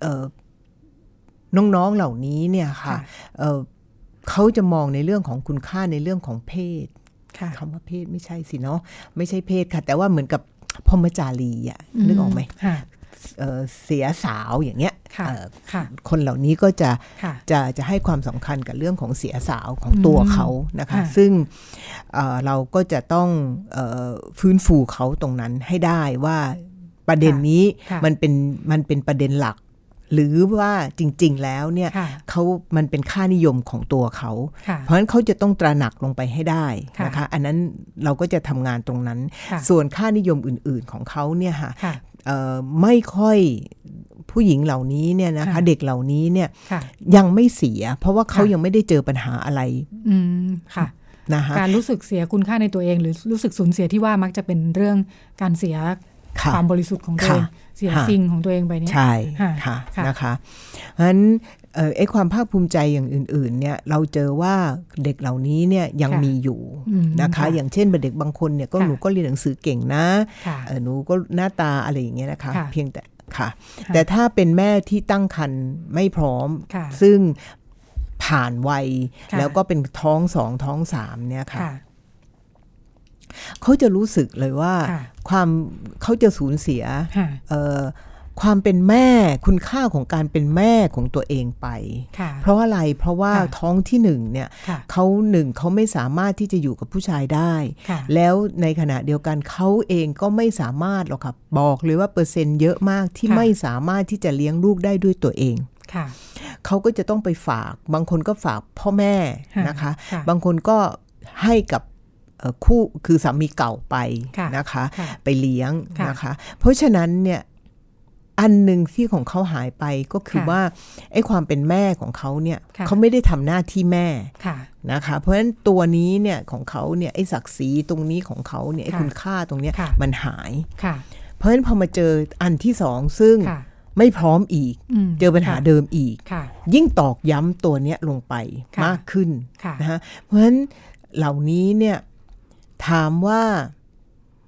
น้องๆเหล่านี้เนี่ยค่ะเอ่อเขาจะมองในเรื่องของคุณค่าในเรื่องของเพศคำว่าเพศไม่ใช่สิเนาะไม่ใช่เพศค่ะแต่ว่าเหมือนกับพรหมจารีอ่ะนึกออกไหมเอ่อเสียสาวอย่างเงี้ยคนเหล่านี้ก็จะจะจะให้ความสำคัญกับเรื่องของเสียสาวของตัวเขานะคะซึ่งเอ่อเราก็จะต้องเอ่อฟื้นฟูเขาตรงนั้นให้ได้ว่าประเด็นนี้มันเป็นมันเป็นประเด็นหลักหรือว่าจริงๆแล้วเนี่ยเขามันเป็นค่านิยมของตัวเขาเพราะฉะนั้นเขาจะต้องตระหนักลงไปให้ได้นะคะอันนั้นเราก็จะทำงานตรงนั้นส่วนค่านิยมอื่นๆของเขาเนี่ยค่ะไม่ค่อยผู้หญิงเหล่านี้เนี่ยนะคะเด็กเหล่านี้เนี่ยยังไม่เสียเพราะว่าเขายังไม่ได้เจอปัญหาอะไรค่ะนะคะการรู้สึกเสียคุณค่าในตัวเองหรือรู้สึกสูญเสียที่ว่ามักจะเป็นเรื่องการเสียความบริสุทธิ์ของตัวเองเสียสิ่งของตัวเองไปเนี่ยใช่ค่ะนะคะเพราะฉะนั้นไอ้ความภาคภูมิใจอย่างอื่นๆเนี่ยเราเจอว่าเด็กเหล่านี้เนี่ยยังมีอยู่นะคะอย่างเช่นเด็กบางคนเนี่ยก็หนูก็เรียนหนังสือเก่งนะหนูก็หน้าตาอะไรอย่างเงี้ยนะคะเพียงแต่ค่ะแต่ถ้าเป็นแม่ที่ตั้งครรภ์ไม่พร้อมซึ่งผ่านวัยแล้วก็เป็นท้องสองท้องสามเนี่ยค่ะเขาจะรู้สึกเลยว่าความเขาจะสูญเสียความเป็นแม่คุณค่าของการเป็นแม่ของตัวเองไปเพราะอะไรเพราะว่าท้องที่หนึ่งเนี่ยเขาหนึ่งเขาไม่สามารถที่จะอยู่กับผู้ชายได้แล้วในขณะเดียวกันเขาเองก็ไม่สามารถหรอกค่ะบอกเลยว่าเปอร์เซ็นต์เยอะมากที่ไม่สามารถที่จะเลี้ยงลูกได้ด้วยตัวเองเขาก็จะต้องไปฝากบางคนก็ฝากพ่อแม่นะคะบางคนก็ให้กับคู่คือสามีเก่าไปนะคะไปเลี้ยงนะคะเพราะฉะนั้นเนี่ยอันหนึ่งที่ของเขาหายไปก็คือว่าไอ้ความเป็นแม่ของเขาเนี่ยเขาไม่ได้ทำหน้าที่แม่นะคะเพราะฉะนั้นตัวนี้เนี่ยของเขาเนี่ยไอ้ศักดิ์ศรีตรงนี้ของเขาเนี่ยไอ้คุณค่าตรงนี้มันหายเพราะฉะนั้นพอมาเจออันที่สองซึ่งไม่พร้อมอีกเจอปัญหาเดิมอีกยิ่งตอกย้ำตัวเนี้ยลงไปมากขึ้นนะฮะเพราะฉะนั้นเหล่านี้เนี่ยถามว่าท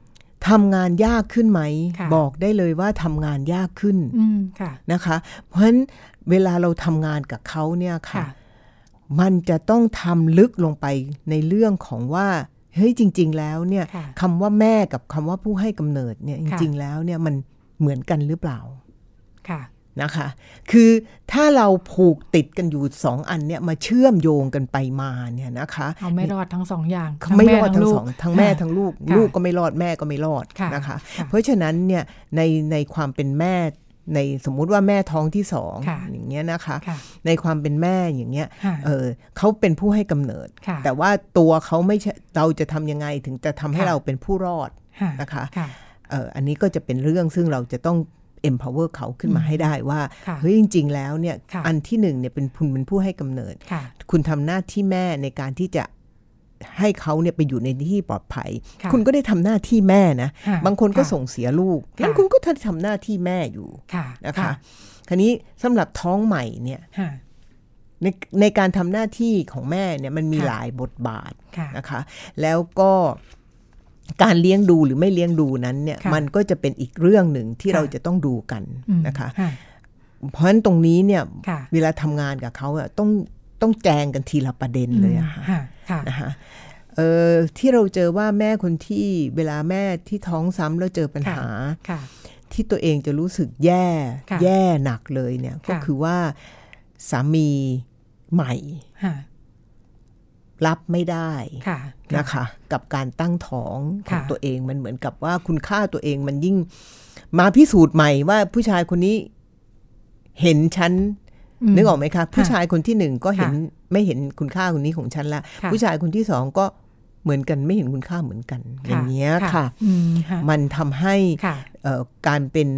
ทำงานยากขึ้นไหมบอกได้เลยว่าทำงานยากขึ้นนะคะเพราะฉะนั้นเวลาเราทำงานกับเขาเนี่ยค่ะมันจะต้องทำลึกลงไปในเรื่องของว่าเฮ้ยจริงๆแล้วเนี่ยคำว่าแม่กับคำว่าผู้ให้กำเนิดเนี่ยจริงๆแล้วเนี่ยมันเหมือนกันหรือเปล่านะคะคือถ้าเราผูกติดกันอยู่สองอันเนี่ยมาเชื่อมโยงกันไปมาเนี่ยนะคะเอาไม่รอดทั้งสองอย่างไม่รอดทั้งสองทั้งแม่ทั้งลูกลูกก็ไม่รอดแม่ก็ไม่รอดนะคะเพราะฉะนั้นเนี่ยในในความเป็นแม่ในสมมุติว่าแม่ท้องที่สองอย่างเงี้ยนะคะในความเป็นแม่อย่างเงี้ยเออเขาเป็นผู้ให้กำเนิดแต่ว่าตัวเขาไม่เราจะทำยังไงถึงจะทำให้เราเป็นผู้รอดนะคะเอออันนี้ก็จะเป็นเรื่องซึ่งเราจะต้องempower เขาขึ้นมาให้ได้ว่าเฮ้ยจริงๆแล้วเนี่ยอันที่หนึ่งเนี่ยเป็นคุณเป็นผู้ให้กำเนิดคุณทำหน้าที่แม่ในการที่จะให้เขาเนี่ยไปอยู่ในที่ปลอดภัยคุณก็ได้ทำหน้าที่แม่นะบางคนก็ส่งเสียลูกงั้นคุณก็ทำหน้าที่แม่อยู่นะคะคราวนี้สำหรับท้องใหม่เนี่ยในในการทำหน้าที่ของแม่เนี่ยมันมีหลายบทบาทนะคะแล้วก็การเลี้ยงดูหรือไม่เลี้ยงดูนั้นเนี่ยมันก็จะเป็นอีกเรื่องหนึ่งที่เราจะต้องดูกันนะคะเพราะฉะนั้นตรงนี้เนี่ยเวลาทำงานกับเขาอะต้องต้องแจงกันทีละประเด็นเลยอะค่ะนะคะเอ่อที่เราเจอว่าแม่คนที่เวลาแม่ที่ท้องซ้ำแล้วเจอปัญหาที่ตัวเองจะรู้สึกแย่แย่หนักเลยเนี่ยก็คือว่าสามีใหม่รับไม่ได้นะคะกับการตั้งท้องของตัวเองมันเหมือนกับว่าคุณค่าตัวเองมันยิ่งมาพิสูจน์ใหม่ว่าผู้ชายคนนี้เห็นฉันนึกออกไหมคะผู้ชายคนที่หนึ่งก็เห็นไม่เห็นคุณค่าคนนี้ของฉันละผู้ชายคนที่สองก็เหมือนกันไม่เห็นคุณค่าเหมือนกันอย่างเงี้ยค่ะมันทำให้การเป็น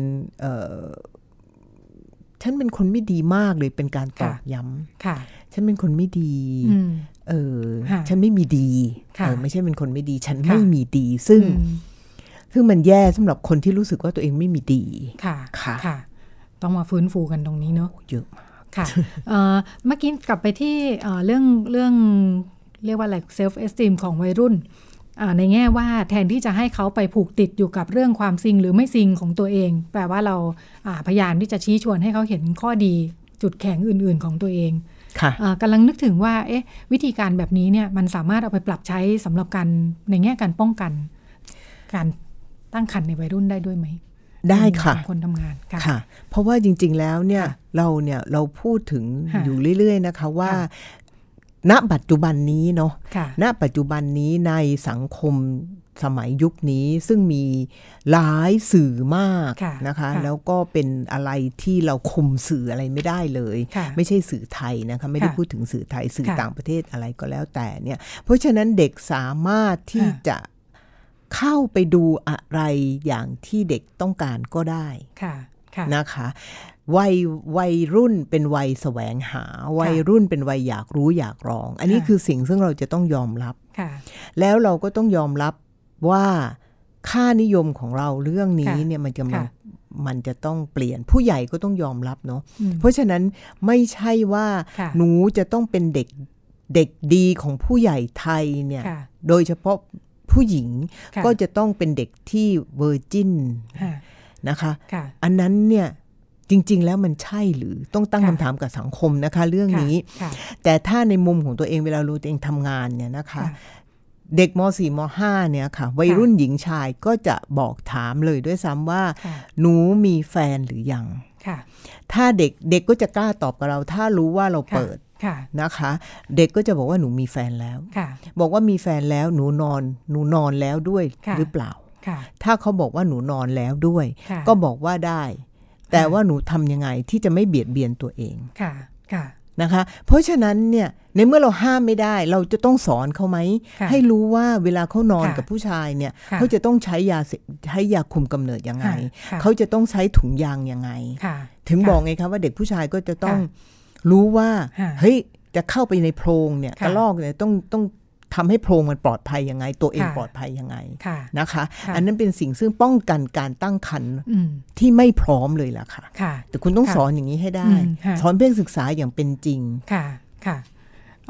ฉันเป็นคนไม่ดีมากเลยเป็นการตอกย้ำฉันเป็นคนไม่ดีเออฉันไม่มีดีเออไม่ใช่เป็นคนไม่ดีฉันไม่มีดีซึ่งซึ่งมันแย่สำหรับคนที่รู้สึกว่าตัวเองไม่มีดีค่ะค่ะต้องมาฟื้นฟูกันตรงนี้เนอะเยอะค่ะเมื่อกี้กลับไปที่เรื่องเรื่องเรียกว่าอะไร self esteem ของวัยรุ่นในแง่ว่าแทนที่จะให้เขาไปผูกติดอยู่กับเรื่องความซิงหรือไม่ซิงของตัวเองแปลว่าเราพยายามที่จะชี้ชวนให้เขาเห็นข้อดีจุดแข็งอื่นๆของตัวเองกำลังนึกถึงว่าเอ๊ะวิธีการแบบนี้เนี่ยมันสามารถเอาไปปรับใช้สำหรับการในแง่การป้องกันการตั้งครรภ์ในวัยรุ่นได้ด้วยไหมได้ค่ะคนทำงานค่ะเพราะว่าจริงๆแล้วเนี่ยเราเนี่ยเราพูดถึงอยู่เรื่อยๆนะคะว่าณปัจจุบันนี้เนาะณปัจจุบันนี้ในสังคมสมัยยุคนี้ซึ่งมีหลายสื่อมากนะคะแล้วก็เป็นอะไรที่เราคุมสื่ออะไรไม่ได้เลยไม่ใช่สื่อไทยนะคะไม่ได้พูดถึงสื่อไทยสื่อต่างประเทศอะไรก็แล้วแต่เนี่ยเพราะฉะนั้นเด็กสามารถที่จะเข้าไปดูอะไรอย่างที่เด็กต้องการก็ได้นะคะวัยวัยรุ่นเป็นวัยแสวงหาวัยรุ่นเป็นวัยอยากรู้อยากลองอันนี้คือสิ่งซึ่งเราจะต้องยอมรับแล้วเราก็ต้องยอมรับว่าค่านิยมของเราเรื่องนี้เนี่ยมันจะมันมันจะต้องเปลี่ยนผู้ใหญ่ก็ต้องยอมรับเนาะเพราะฉะนั้นไม่ใช่ว่าหนูจะต้องเป็นเด็กเด็กดีของผู้ใหญ่ไทยเนี่ยโดยเฉพาะผู้หญิงก็จะต้องเป็นเด็กที่เวอร์จินนะคะอันนั้นเนี่ยจริงๆแล้วมันใช่หรือต้องตั้งคำถามกับสังคมนะคะเรื่องนี้แต่ถ้าในมุมของตัวเองเวลารู้ตัวเองทำงานเนี่ยนะคะเด็กม.สี่ ม.ห้า เนี่ยค่ะวัยรุ่นหญิงชายก็จะบอกถามเลยด้วยซ้ำว่าหนูมีแฟนหรือยังถ้าเด็กเด็กก็จะกล้าตอบกับเราถ้ารู้ว่าเราเปิดนะคะเด็กก็จะบอกว่าหนูมีแฟนแล้วบอกว่ามีแฟนแล้วหนูนอนหนูนอนแล้วด้วยหรือเปล่าถ้าเขาบอกว่าหนูนอนแล้วด้วยก็บอกว่าได้แต่ว่าหนูทำยังไงที่จะไม่เบียดเบียนตัวเองนะคะเพราะฉะนั้นเนี่ยในเมื่อเราห้ามไม่ได้เราจะต้องสอนเขาไหมให้รู้ว่าเวลาเขานอนกับผู้ชายเนี่ยเขาจะต้องใช้ยาใช้ยาคุมกำเนิดยังไงเขาจะต้องใช้ถุงยางยังไงถึงบอกไงคะว่าเด็กผู้ชายก็จะต้องรู้ว่าเฮ้ยจะเข้าไปในโพรงเนี่ยกระรอกเนี่ยต้องต้องทำให้โพรงมันปลอดภัยยังไงตัวเองปลอดภัยยังไงนะคะอันนั้นเป็นสิ่งซึ่งป้องกันการตั้งครรภ์ที่ไม่พร้อมเลยล่ะค่ะแต่คุณต้องสอนอย่างนี้ให้ได้สอนเพื่อศึกษาอย่างเป็นจริงค่ะค่ะ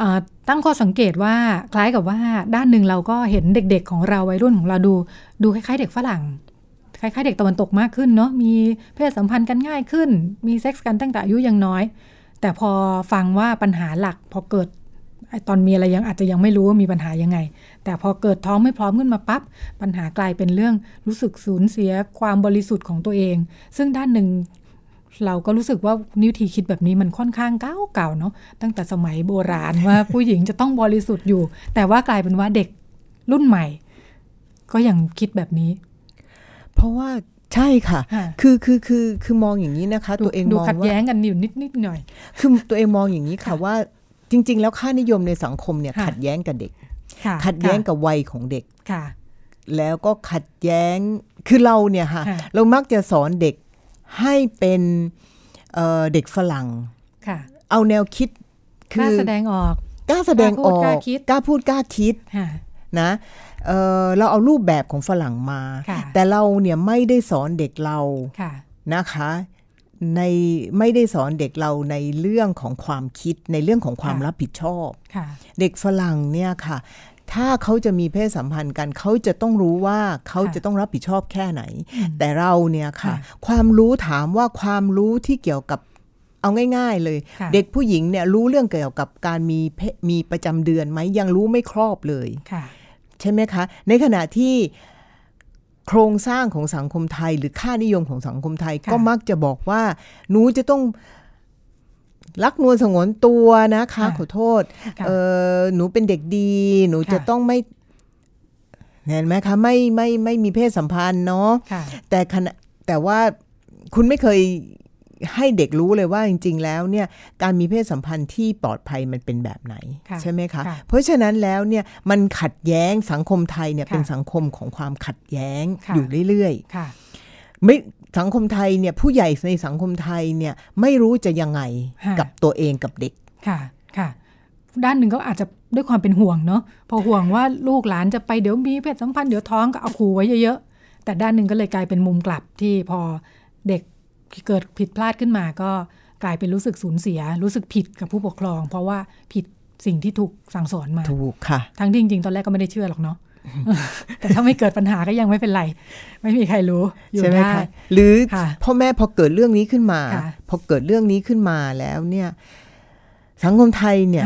ตั้งข้อสังเกตว่าคล้ายกับว่าด้านหนึ่งเราก็เห็นเด็กๆของเราวัยรุ่นของเราดูดูคล้ายๆเด็กฝรั่งคล้ายๆเด็กตะวันตกมากขึ้นเนาะมีเพศสัมพันธ์กันง่ายขึ้นมีเซ็กส์กันตั้งแต่อายุยังน้อยแต่พอฟังว่าปัญหาหลักพอเกิดตอนมีอะไรยังอาจจะยังไม่รู้ว่ามีปัญหายังไงแต่พอเกิดท้องไม่พร้อมขึ้นมาปั๊บปัญหากลายเป็นเรื่องรู้สึกสูญเสียความบริสุทธิ์ของตัวเองซึ่งด้านหนึ่งเราก็รู้สึกว่าวิธีคิดแบบนี้มันค่อนข้างเก่าๆเนาะตั้งแต่สมัยโบราณว่าผู้หญิงจะต้องบริสุทธิ์อยู่แต่ว่ากลายเป็นว่าเด็กรุ่นใหม่ก็ยังคิดแบบนี้เพราะว่าใช่ค่ะคือคือคือคือมองอย่างนี้นะคะตัวเองมองว่าดูขัดแย้งกันอยู่นิดๆหน่อยคือตัวเองมองอย่างนี้ค่ะว่าจริงๆแล้วค่านิยมในสังคมเนี่ยขัดแย้งกับเด็กขัดแย้งกับวัยของเด็กแล้วก็ขัดแย้งคือเราเนี่ยค่ะเรามักจะสอนเด็กให้เป็นเอ่อเด็กฝรั่งเอาแนวคิดกล้าแสดงออกกล้าแสดงออกกล้าพูดกล้าคิดนะเอ่อเราเอารูปแบบของฝรั่งมาแต่เราเนี่ยไม่ได้สอนเด็กเรานะคะในไม่ได้สอนเด็กเราในเรื่องของความคิดในเรื่องของความรับผิดชอบเด็กฝรั่งเนี่ยค่ะถ้าเขาจะมีเพศสัมพันธ์กันเขาจะต้องรู้ว่าเขาจะต้องรับผิดชอบแค่ไหนแต่เราเนี่ยค่ะความรู้ถามว่าความรู้ที่เกี่ยวกับเอาง่ายๆเลยเด็กผู้หญิงเนี่ยรู้เรื่องเกี่ยวกับการมีมีประจำเดือนไหมยังรู้ไม่ครอบเลยใช่ไหมคะในขณะที่โครงสร้างของสังคมไทยหรือค่านิยมของสังคมไทยก็มักจะบอกว่าหนูจะต้องรักนวลสงวนตัวนะคะขอโทษเออหนูเป็นเด็กดีหนูจะต้องไม่เห็นไหมคะไม่ไม่ไม่มีเพศสัมพันธ์เนาะแต่ขณะแต่ว่าคุณไม่เคยให้เด็กรู้เลยว่าจริงๆแล้วเนี่ยการมีเพศสัมพันธ์ที่ปลอดภัยมันเป็นแบบไหนใช่ไหมคะเพราะฉะนั้นแล้วเนี่ยมันขัดแย้งสังคมไทยเนี่ยเป็นสังคมของความขัดแย้งอยู่เรื่อยๆไม่สังคมไทยเนี่ยผู้ใหญ่ในสังคมไทยเนี่ยไม่รู้จะยังไงกับตัวเองกับเด็กค่ะค่ะด้านหนึ่งก็อาจจะด้วยความเป็นห่วงเนาะพอห่วงว่าลูกหลานจะไปเดี๋ยวมีเพศสัมพันธ์เดี๋ยวท้องก็เอาขู่ไว้เยอะๆแต่ด้านหนึ่งก็เลยกลายเป็นมุมกลับที่พอเด็กเกิดผิดพลาดขึ้นมาก็กลายเป็นรู้สึกสูญเสียรู้สึกผิดกับผู้ปกครองเพราะว่าผิดสิ่งที่ถูกสั่งสอนมาถูกค่ะทั้งที่จริงๆตอนแรกก็ไม่ได้เชื่อหรอกเนาะ แต่ถ้าไม่เกิดปัญหาก็ยังไม่เป็นไรไม่มีใครรู้อยู่ได้หรือพ่อแม่พอเกิดเรื่องนี้ขึ้นมาพอเกิดเรื่องนี้ขึ้นมาแล้วเนี่ยสังคมไทยเนี่ย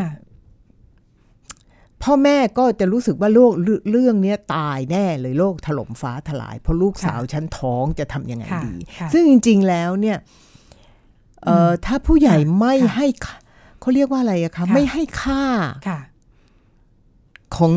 พ่อแม่ก็จะรู้สึกว่าโลกเรื่องนี้ตายแน่เลยโลกถล่มฟ้าทลายเพราะลูกสาวฉันท้องจะทำยังไงดีซึ่งจริงๆแล้วเนี่ยถ้าผู้ใหญ่ไม่ให้เขาเรียกว่าอะไรอะคะไม่ให้ค่าของ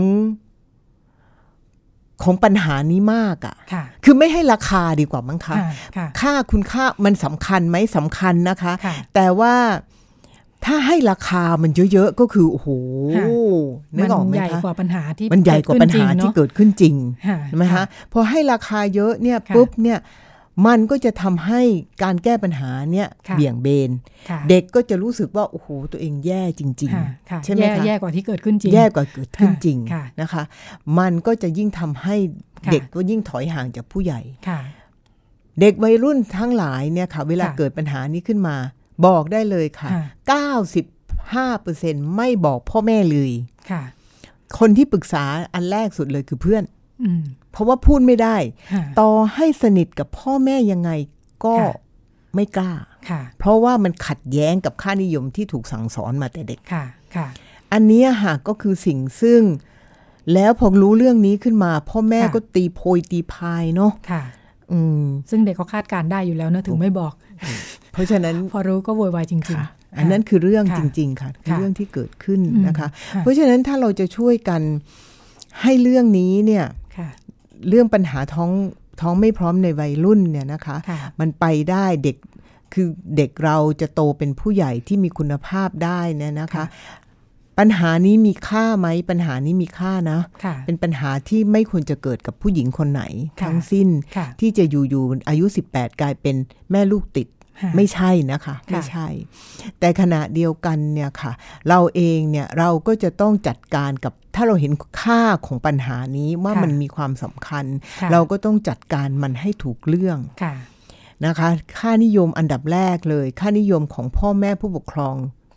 ของปัญหานี้มากอะคือไม่ให้ราคาดีกว่ามั้งคะค่าคุณค่ามันสำคัญไหมสำคัญนะคะแต่ว่าถ้าให้ราคามันเยอะๆก็คือโอ้โหนึกออกไหมคะมันใหญ่กว่าปัญหาที่มันใหญ่กว่าปัญหาที่เกิดขึ้นจริงใช่ไหมคะพอให้ราคาเยอะเนี่ยปุ๊บเนี่ยมันก็จะทำให้การแก้ปัญหาเนี่ยเบี่ยงเบนเด็กก็จะรู้สึกว่าโอ้โหตัวเองแย่จริงๆใช่ไหมคะแย่กว่าที่เกิดขึ้นจริงแย่กว่าเกิดขึ้นจริงนะคะมันก็จะยิ่งทำให้เด็กก็ยิ่งถอยห่างจากผู้ใหญ่เด็กวัยรุ่นทั้งหลายเนี่ยค่ะเวลาเกิดปัญหานี้ขึ้นมาบอกได้เลยค่ะ เก้าสิบห้าเปอร์เซ็นต์ ไม่บอกพ่อแม่เลยคนที่ปรึกษาอันแรกสุดเลยคือเพื่อนเพราะว่าพูดไม่ได้ต่อให้สนิทกับพ่อแม่ยังไงก็ไม่กล้าเพราะว่ามันขัดแย้งกับค่านิยมที่ถูกสั่งสอนมาแต่เด็กอันนี้ค่ะก็คือสิ่งซึ่งแล้วพอรู้เรื่องนี้ขึ้นมาพ่อแม่ก็ตีโพยตีพายเนาะซึ่งเด็กก็คาดการได้อยู่แล้วนะถึงไม่บอกเพราะฉะนั้นพอรู้ก็โวยวายจริงๆอันนั้นคือเรื่องจริงๆค่ะคือเรื่องที่เกิดขึ้นนะคะเพราะฉะนั้นถ้าเราจะช่วยกันให้เรื่องนี้เนี่ยเรื่องปัญหาท้องท้องไม่พร้อมในวัยรุ่นเนี่ยนะคะมันไปได้เด็กคือเด็กเราจะโตเป็นผู้ใหญ่ที่มีคุณภาพได้เนี่ยนะคะปัญหานี้มีค่าไหมปัญหานี้มีค่านะเป็นปัญหาที่ไม่ควรจะเกิดกับผู้หญิงคนไหนทั้งสิ้นที่จะอยู่ๆอายุสิบแปดกลายเป็นแม่ลูกติดไม่ใช่นะคะไม่ใช่แต่ขณะเดียวกันเนี่ยค่ะเราเองเนี่ยเราก็จะต้องจัดการกับถ้าเราเห็นค่าของปัญหานี้ว่ามันมีความสำคัญเราก็ต้องจัดการมันให้ถูกเรื่องนะคะค่านิยมอันดับแรกเลยค่านิยมของพ่อแม่ผู้ปกครอง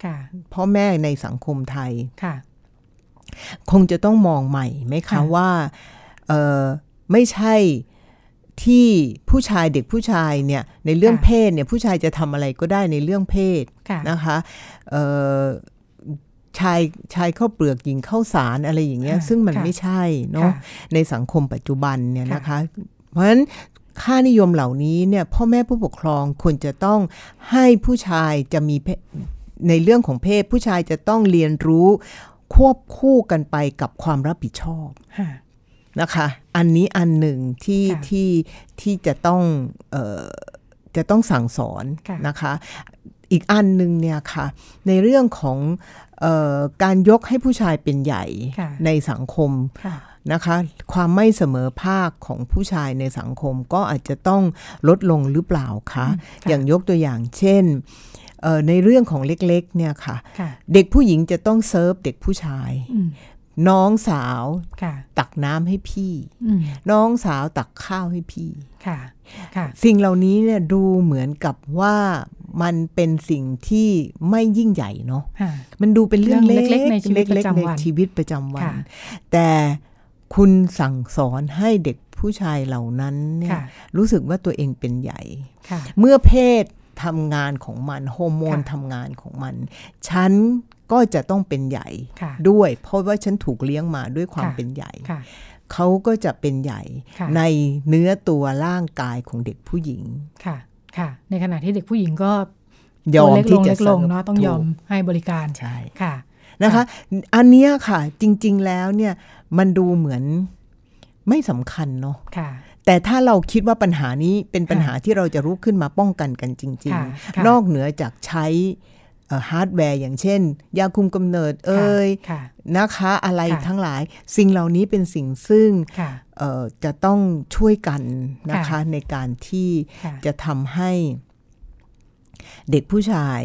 พ่อแม่ในสังคมไทยคงจะต้องมองใหม่ไหมคะว่าเออไม่ใช่ที่ผู้ชายเด็กผู้ชายเนี่ยในเรื่องเพศเนี่ยผู้ชายจะทำอะไรก็ได้ในเรื่องเพศนะคะเอ่อชายชายเข้าเปลือกหญิงเข้าสารอะไรอย่างเงี้ยซึ่งมันไม่ใช่เนาะในสังคมปัจจุบันเนี่ยนะคะเพราะฉะนั้นค่านิยมเหล่านี้เนี่ยพ่อแม่ผู้ปกครองควรจะต้องให้ผู้ชายจะมีในเรื่องของเพศผู้ชายจะต้องเรียนรู้ควบคู่กันไปกับความรับผิดชอบนะคะอันนี้อันหนึ่งที่ที่ที่จะต้องเอ่อจะต้องสั่งสอนนะคะอีกอันหนึ่งเนี่ยค่ะในเรื่องของเอ่อการยกให้ผู้ชายเป็นใหญ่ในสังคมนะคะความไม่เสมอภาคของผู้ชายในสังคมก็อาจจะต้องลดลงหรือเปล่าคะอย่างยกตัวอย่างเช่นในเรื่องของเล็กๆเนี่ยค่ะเด็กผู้หญิงจะต้องเซิร์ฟเด็กผู้ชายน้องสาวตักน้ำให้พี่น้องสาวตักข้าวให้พี่สิ่งเหล่านี้เนี่ยดูเหมือนกับว่ามันเป็นสิ่งที่ไม่ยิ่งใหญ่เนาะมันดูเป็นเรื่องเล็กๆในชีวิตประจำวันชีวิตประจำวันแต่คุณสั่งสอนให้เด็กผู้ชายเหล่านั้นเนี่ยรู้สึกว่าตัวเองเป็นใหญ่เมื่อเพศทำงานของมันฮอร์โมนทำงานของมันฉันก็จะต้องเป็นใหญ่ด้วยเพราะว่าฉันถูกเลี้ยงมาด้วยความเป็นใหญ่เขาก็จะเป็นใหญ่ในเนื้อตัวร่างกายของเด็กผู้หญิงค่ะค่ะในขณะที่เด็กผู้หญิงก็ยอมที่จะลงเนาะต้องยอมให้บริการใช่ค่ะนะคะอันนี้ค่ะจริงๆแล้วเนี่ยมันดูเหมือนไม่สำคัญเนาะแต่ถ้าเราคิดว่าปัญหานี้เป็นปัญหาที่เราจะลุกขึ้นมาป้องกันกันจริงๆนอกเหนือจากใช้ฮาร์ดแวร์อย่างเช่นยาคุมกำเนิดเอ่ยนะคะอะไรทั้งหลายสิ่งเหล่านี้เป็นสิ่งซึ่งจะต้องช่วยกันนะคะในการที่จะทำให้เด็กผู้ชาย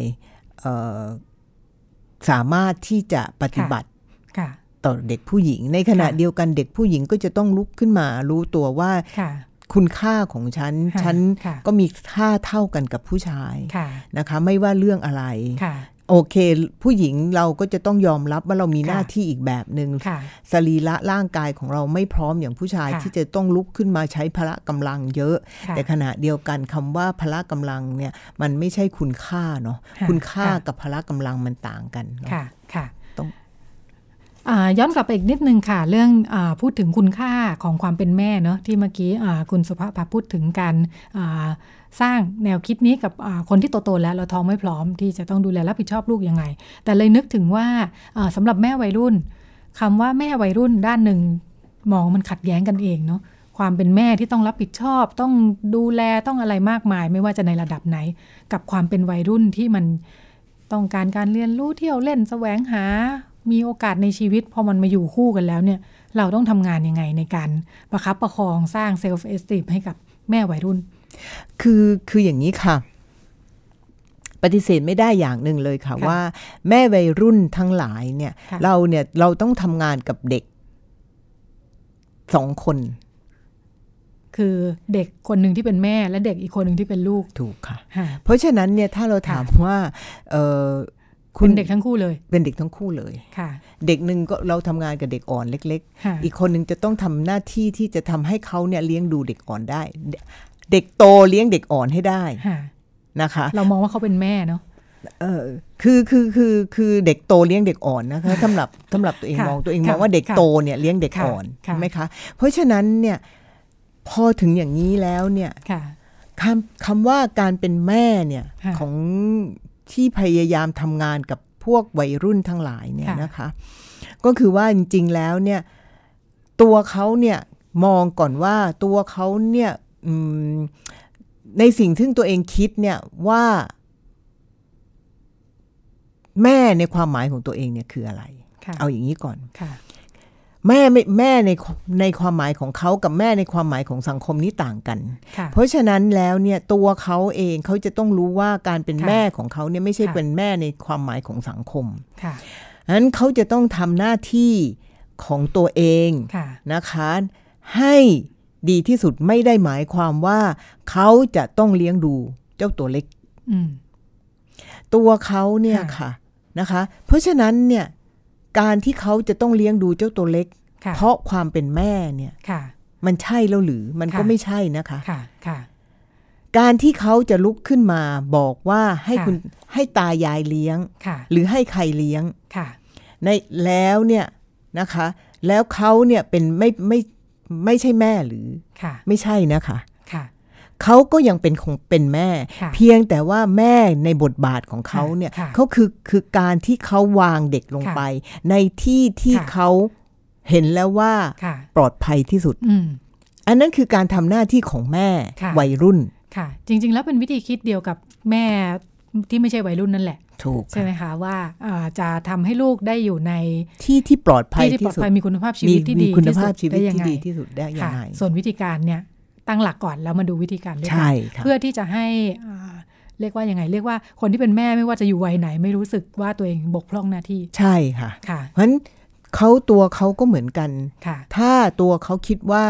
สามารถที่จะปฏิบัติต่อเด็กผู้หญิงในขณะเดียวกันเด็กผู้หญิงก็จะต้องลุกขึ้นมารู้ตัวว่าคุณค่าของฉันฉันก็มีค่าเท่ากันกับผู้ชายนะคะไม่ว่าเรื่องอะไรโอเคผู้หญิงเราก็จะต้องยอมรับว่าเรามีหน้าที่อีกแบบนึงสรีระร่างกายของเราไม่พร้อมอย่างผู้ชายที่จะต้องลุกขึ้นมาใช้พละกำลังเยอะแต่ขณะเดียวกันคำว่าพละกำลังเนี่ยมันไม่ใช่คุณค่าเนาะคุณค่ากับพละกำลังมันต่างกันค่ะค่ะย้อนกลับไปอีกนิดนึงค่ะเรื่องอพูดถึงคุณค่าของความเป็นแม่เนาะที่เมื่อกี้คุณสุภาพพูดถึงการสร้างแนวคิดนี้กับคนที่โตๆแล้วเราท้องไม่พร้อมที่จะต้องดูแลรับผิดชอบลูกยังไงแต่เลยนึกถึงว่าสำหรับแม่วัยรุ่นคำว่าแม่วัยรุ่นด้านหนึ่งมองมันขัดแย้งกันเองเนาะความเป็นแม่ที่ต้องรับผิดชอบต้องดูแลต้องอะไรมากมายไม่ว่าจะในระดับไหนกับความเป็นวัยรุ่นที่มันต้องการการเรียนรู้เที่ยวเล่นแสวงหามีโอกาสในชีวิตพอมันมาอยู่คู่กันแล้วเนี่ยเราต้องทำงานยังไงในการประคับประคองสร้างเซลฟ์เอสติมให้กับแม่วัยรุ่นคือคืออย่างนี้ค่ะปฏิเสธไม่ได้อย่างหนึ่งเลยค่ะว่าแม่วัยรุ่นทั้งหลายเนี่ยเราเนี่ยเราต้องทำงานกับเด็กสองคนคือเด็กคนหนึ่งที่เป็นแม่และเด็กอีกคนหนึ่งที่เป็นลูกถูกค่ะเพราะฉะนั้นเนี่ยถ้าเราถามว่าเออเป็นเด็กทั้งคู่เลยเป็นเด็กทั้งคู่เลยเด็กหนึ่งก็เราทำงานกับเด็กอ่อนเล็กๆอีกคนหนึ่งจะต้องทำหน้าที่ที่จะทำให้เขาเนี่ยเลี้ยงดูเด็กอ่อนได้เด็กโตเลี้ยงเด็กอ่อนให้ได้นะคะเรามองว่าเขาเป็นแม่เนาะเออคือคือคือคือเด็กโตเลี้ยงเด็กอ่อนนะคะสำหรับสำหรับตัวเองมองตัวเองมองว่าเด็กโตเนี่ยเลี้ยงเด็กอ่อนใช่ไหมคะเพราะฉะนั้นเนี่ยพอถึงอย่างนี้แล้วเนี่ยคำคำว่าการเป็นแม่เนี่ยของที่พยายามทำงานกับพวกวัยรุ่นทั้งหลายเนี่ยนะคะก็คือว่าจริงๆแล้วเนี่ยตัวเขาเนี่ยมองก่อนว่าตัวเขาเนี่ยในสิ่งที่ตัวเองคิดเนี่ยว่าแม่ในความหมายของตัวเองเนี่ยคืออะไรเอาอย่างนี้ก่อนแม่แม่ในในความหมายของเขากับแม่ในความหมายของสังคมนี้ต่างกันเพราะฉะนั้นแล้วเนี่ยตัวเขาเองเขาจะต้องรู้ว่าการเป็นแม่ของเขาเนี่ยไม่ใช่เป็นแม่ในความหมายของสังคมฉะนั้นเขาจะต้องทำหน้าที่ของตัวเองนะคะให้ดีที่สุดไม่ได้หมายความว่าเขาจะต้องเลี้ยงดูเจ้าตัวเล็กตัวเขาเนี่ยค่ะนะคะเพราะฉะนั้นเนี่ยการที่เขาจะต้องเลี้ยงดูเจ้าตัวเล็กเพราะความเป็นแม่เนี่ยมันใช่แล้วหรือมันก็ไม่ใช่นะคะการที่เขาจะลุกขึ้นมาบอกว่าให้คุณให้ตายายเลี้ยงหรือให้ใครเลี้ยงในแล้วเนี่ยนะคะแล้วเขาเนี่ยเป็นไม่ไม่ไม่ใช่แม่หรือไม่ใช่นะคะเขาก็ยังเป็นคงเป็นแม่เพียงแต่ว่าแม่ในบทบาทของเขาเนี่ยเขาคือคือการที่เขาวางเด็กลงไปในที่ที่เขาเห็นแล้วว่าปลอดภัยที่สุดอันนั้นคือการทำหน้าที่ของแม่วัยรุ่นค่ะจริงๆแล้วเป็นวิธีคิดเดียวกับแม่ที่ไม่ใช่วัยรุ่นนั่นแหละถูกใช่ไหมคะว่าจะทำให้ลูกได้อยู่ในที่ที่ปลอดภัยที่สุดมีคุณภาพชีวิตที่ดีที่สุดได้ยังไงที่สุดได้ยังไงส่วนวิธีการเนี่ยตั้งหลักก่อนแล้วมาดูวิธีการด้วยกันเพื่อที่จะให้เรียกว่ายังไงเรียกว่าคนที่เป็นแม่ไม่ว่าจะอยู่วัยไหนไม่รู้สึกว่าตัวเองบกพร่องหน้าที่ใช่ค่ะค่ะเพราะฉะนั้นเขาตัวเขาก็เหมือนกันถ้าตัวเขาคิดว่า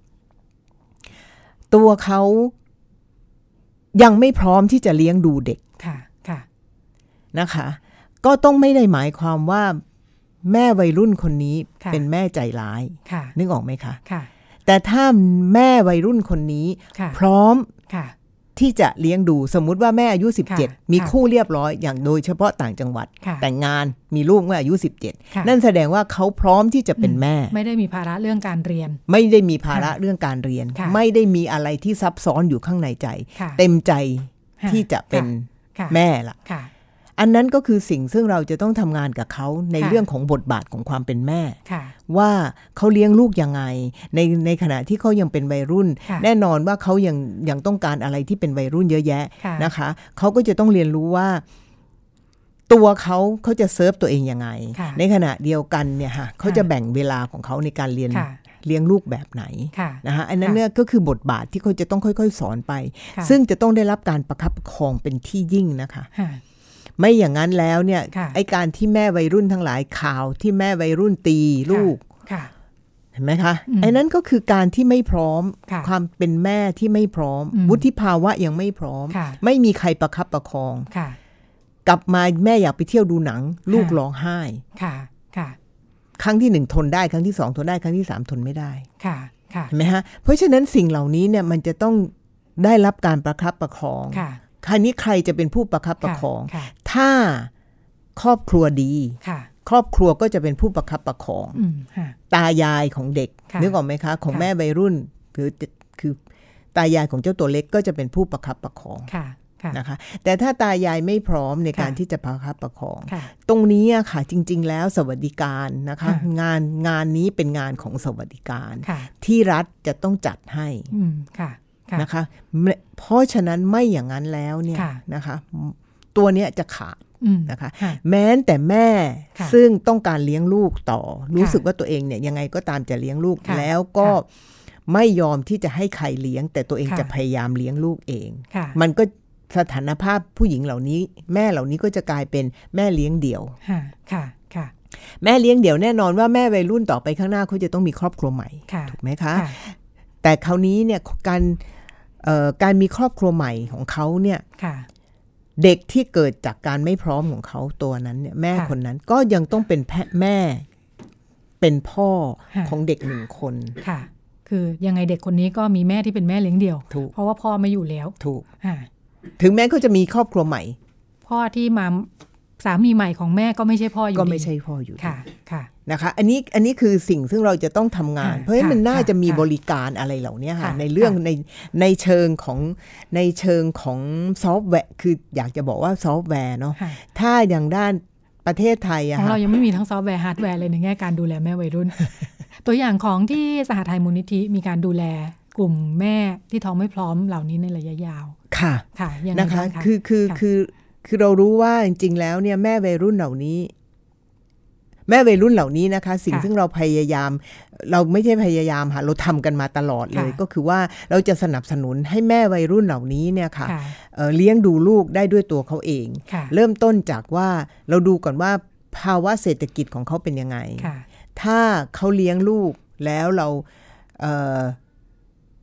ตัวเขายังไม่พร้อมที่จะเลี้ยงดูเด็กค่ะค่ะนะคะก็ต้องไม่ได้หมายความว่าแม่วัยรุ่นคนนี้เป็นแม่ใจร้ายนึกออกไหมคะค่ะแต่ถ้าแม่วัยรุ่นคนนี้พร้อมที่จะเลี้ยงดูสมมุติว่าแม่อายุสิบเจ็ดมีคู่เรียบร้อยอย่างโดยเฉพาะต่างจังหวัดแต่งงานมีลูกเมื่ออายุสิบเจ็ดนั่นแสดงว่าเขาพร้อมที่จะเป็นแม่ไม่ได้มีภาระเรื่องการเรียนไม่ได้มีภาระเรื่องการเรียนไม่ได้มีอะไรที่ซับซ้อนอยู่ข้างในใจเต็มใจที่จะเป็นแม่ล่ะอันนั้นก็คือสิ่งซึ่งเราจะต้องทำงานกับเขาในเรื่องของบทบาทของความเป็นแม่ว่าเขาเลี้ยงลูกยังไงในในขณะที่เขายังเป็นวัยรุ่นแน่นอนว่าเขายังยังต้องการอะไรที่เป็นวัยรุ่นเยอะแยะนะคะเขาก็จะต้องเรียนรู้ว่าตัวเขาเขาจะเซิร์ฟตัวเองยังไงในขณะเดียวกันเนี่ยค่ะเขาจะแบ่งเวลาของเขาในการเรียนเลี้ยงลูกแบบไหนนะคะอันนั้นเนี่ยก็คือบทบาทที่เขาจะต้องค่อยๆสอนไปซึ่งจะต้องได้รับการประคับประคองเป็นที่ยิ่งนะคะไม่อย่างนั้นแล้วเนี่ยไอ้การที่แม่วัยรุ่นทั้งหลายข่าวที่แม่วัยรุ่นตีลูกเห็นไหมคะไอ้นั้นก็คือการที่ไม่พร้อมความเป็นแม่ที่ไม่พร้อมวุฒิภาวะยังไม่พร้อมไม่มีใครประคับประคองกลับมาแม่อยากไปเที่ยวดูหนังลูกร้องไห้ครั้งที่หนึ่งทนได้ครั้งที่สองทนได้ครั้งที่สามทนไม่ได้เห็นไหมฮะเพราะฉะนั้นสิ่งเหล่านี้เนี่ยมันจะต้องได้รับการประคับประคองคราวนี้ใครจะเป็นผู้ประคับประคองถ้าครอบครัวดีครอบครัวก็จะเป็นผู้ประคับประคองตายายของเด็กนึกออกไหมคะของแม่วัยรุ่นหรือคือตายายของเจ้าตัวเล็กก็จะเป็นผู้ประคับประคองนะคะแต่ถ้าตายายไม่พร้อมในการที่จะประคับประคองตรงนี้ค่ะจริงๆแล้วสวัสดิการนะคะงานงานนี้เป็นงานของสวัสดิการที่รัฐจะต้องจัดให้นะคะเพราะฉะนั้นไม่อย่างนั้นแล้วเนี่ยนะคะตัวเนี้ยจะขาดนะคะแม้แต่แม่ซึ่งต้องการเลี้ยงลูกต่อรู้สึกว่าตัวเองเนี่ยยังไงก็ตามจะเลี้ยงลูกแล้วก็ไม่ยอมที่จะให้ใครเลี้ยงแต่ตัวเองจะพยายามเลี้ยงลูกเองมันก็สถานภาพผู้หญิงเหล่านี้แม่เหล่านี้ก็จะกลายเป็นแม่เลี้ยงเดี่ยวแม่เลี้ยงเดี่ยวแน่นอนว่าแม่วัยรุ่นต่อไปข้างหน้าเขาจะต้องมีครอบครัวใหม่ถูกไหมคะแต่คราวนี้เนี่ยการการมีครอบครัวใหม่ของเขาเนี่ยเด็กที่เกิดจากการไม่พร้อมของเขาตัวนั้นเนี่ยแม่คนนั้นก็ยังต้องเป็นแม่เป็นพ่อของเด็กหนึ่งคนค่ะคือยังไงเด็กคนนี้ก็มีแม่ที่เป็นแม่เลี้ยงเดี่ยวเพราะว่าพ่อไม่อยู่แล้วถูกถึงแม้เขาจะมีครอบครัวใหม่พ่อที่มาสามีใหม่ของแม่ก็ไม่ใช่พ่ออยู่ก็ไม่ใช่พ่ออยู่ค่ะค่ะนะคะอันนี้อันนี้คือสิ่งซึ่งเราจะต้องทำงานเพราะฉะนั้นมันน่าจะมีบริการอะไรเหล่านี้ค่ะในเรื่องในในเชิงของในเชิงของซอฟต์แวร์คืออยากจะบอกว่าซอฟต์แวร์เนาะถ้าอย่างด้านประเทศไทยอะของเรายังไม่มีทั้งซอฟต์แวร์ฮาร์ดแวร์เลยในแง่การดูแลแม่วัยรุ่น ตัวอย่างของที่สหทัยมูลนิธิมีการดูแลกลุ่มแม่ที่ท้องไม่พร้อมเหล่านี้ในระยะยาวค่ะค่ะนะคะคือคือคือคือเรารู้ว่าจริงๆแล้วเนี่ยแม่วัยรุ่นเหล่านี้แม่วัยรุ่นเหล่านี้นะคะสิ่งซึ่งเราพยายามเราไม่ใช่พยายามค่ะเราทำกันมาตลอดเลยก็คือว่าเราจะสนับสนุนให้แม่วัยรุ่นเหล่านี้เนี่ยค่ะ เอ่อ เลี้ยงดูลูกได้ด้วยตัวเขาเองเริ่มต้นจากว่าเราดูก่อนว่าภาวะเศรษฐกิจของเขาเป็นยังไงถ้าเขาเลี้ยงลูกแล้วเราเอ่อ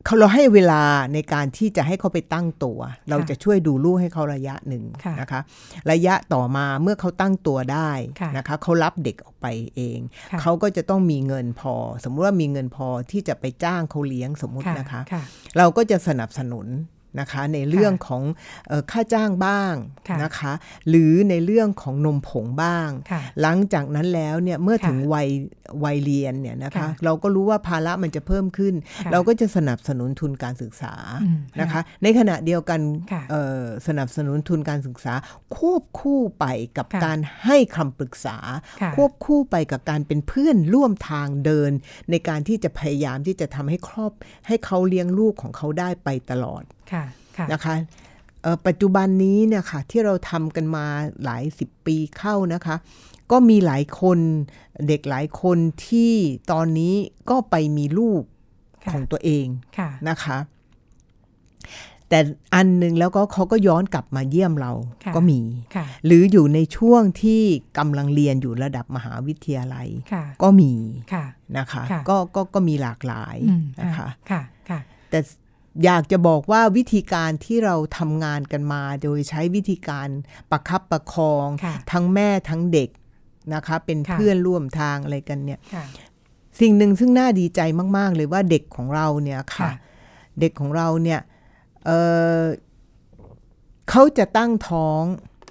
เราให้เวลาในการที่จะให้เขาไปตั้งตัวเราจะช่วยดูลูกให้เขาระยะหนึ่งนะคะระยะต่อมาเมื่อเขาตั้งตัวได้นะคะเขารับเด็กออกไปเองเขาก็จะต้องมีเงินพอสมมุติว่ามีเงินพอที่จะไปจ้างเขาเลี้ยงสมมุตินะคะเราก็จะสนับสนุนนะคะในเรื่องของเอ่อค่าจ้างบ้างนะคะหรือในเรื่องของนมผงบ้างหลังจากนั้นแล้วเนี่ยเมื่อถึงวัยวัยเรียนเนี่ยนะคะเราก็รู้ว่าภาระมันจะเพิ่มขึ้นเราก็จะสนับสนุนทุนการศึกษานะคะในขณะเดียวกันสนับสนุนทุนการศึกษาควบคู่ไปกับการให้คำปรึกษาควบคู่ไปกับการเป็นเพื่อนร่วมทางเดินในการที่จะพยายามที่จะทำให้ครอบให้เขาเลี้ยงลูกของเขาได้ไปตลอดนะคะปัจจุบันนี้เนี่ยค่ะที่เราทำกันมาหลายสิบปีเข้านะคะก็มีหลายคนเด็กหลายคนที่ตอนนี้ก็ไปมีลูกของตัวเองนะคะแต่อันนึงแล้วก็เขาก็ย้อนกลับมาเยี่ยมเราก็มีหรืออยู่ในช่วงที่กำลังเรียนอยู่ระดับมหาวิทยาลัยก็มีนะคะก็ก็ก็มีหลากหลายนะคะแต่อยากจะบอกว่าวิธีการที่เราทำงานกันมาโดยใช้วิธีการประคับประคองทั้งแม่ทั้งเด็กนะคะเป็นเพื่อนร่วมทางอะไรกันเนี่ยสิ่งหนึ่งซึ่งน่าดีใจมากๆเลยว่าเด็กของเราเนี่ยค่ะเด็กของเราเนี่ย เอ่อ เขาจะตั้งท้อง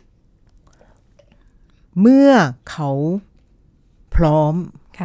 เมื่อเขาพร้อม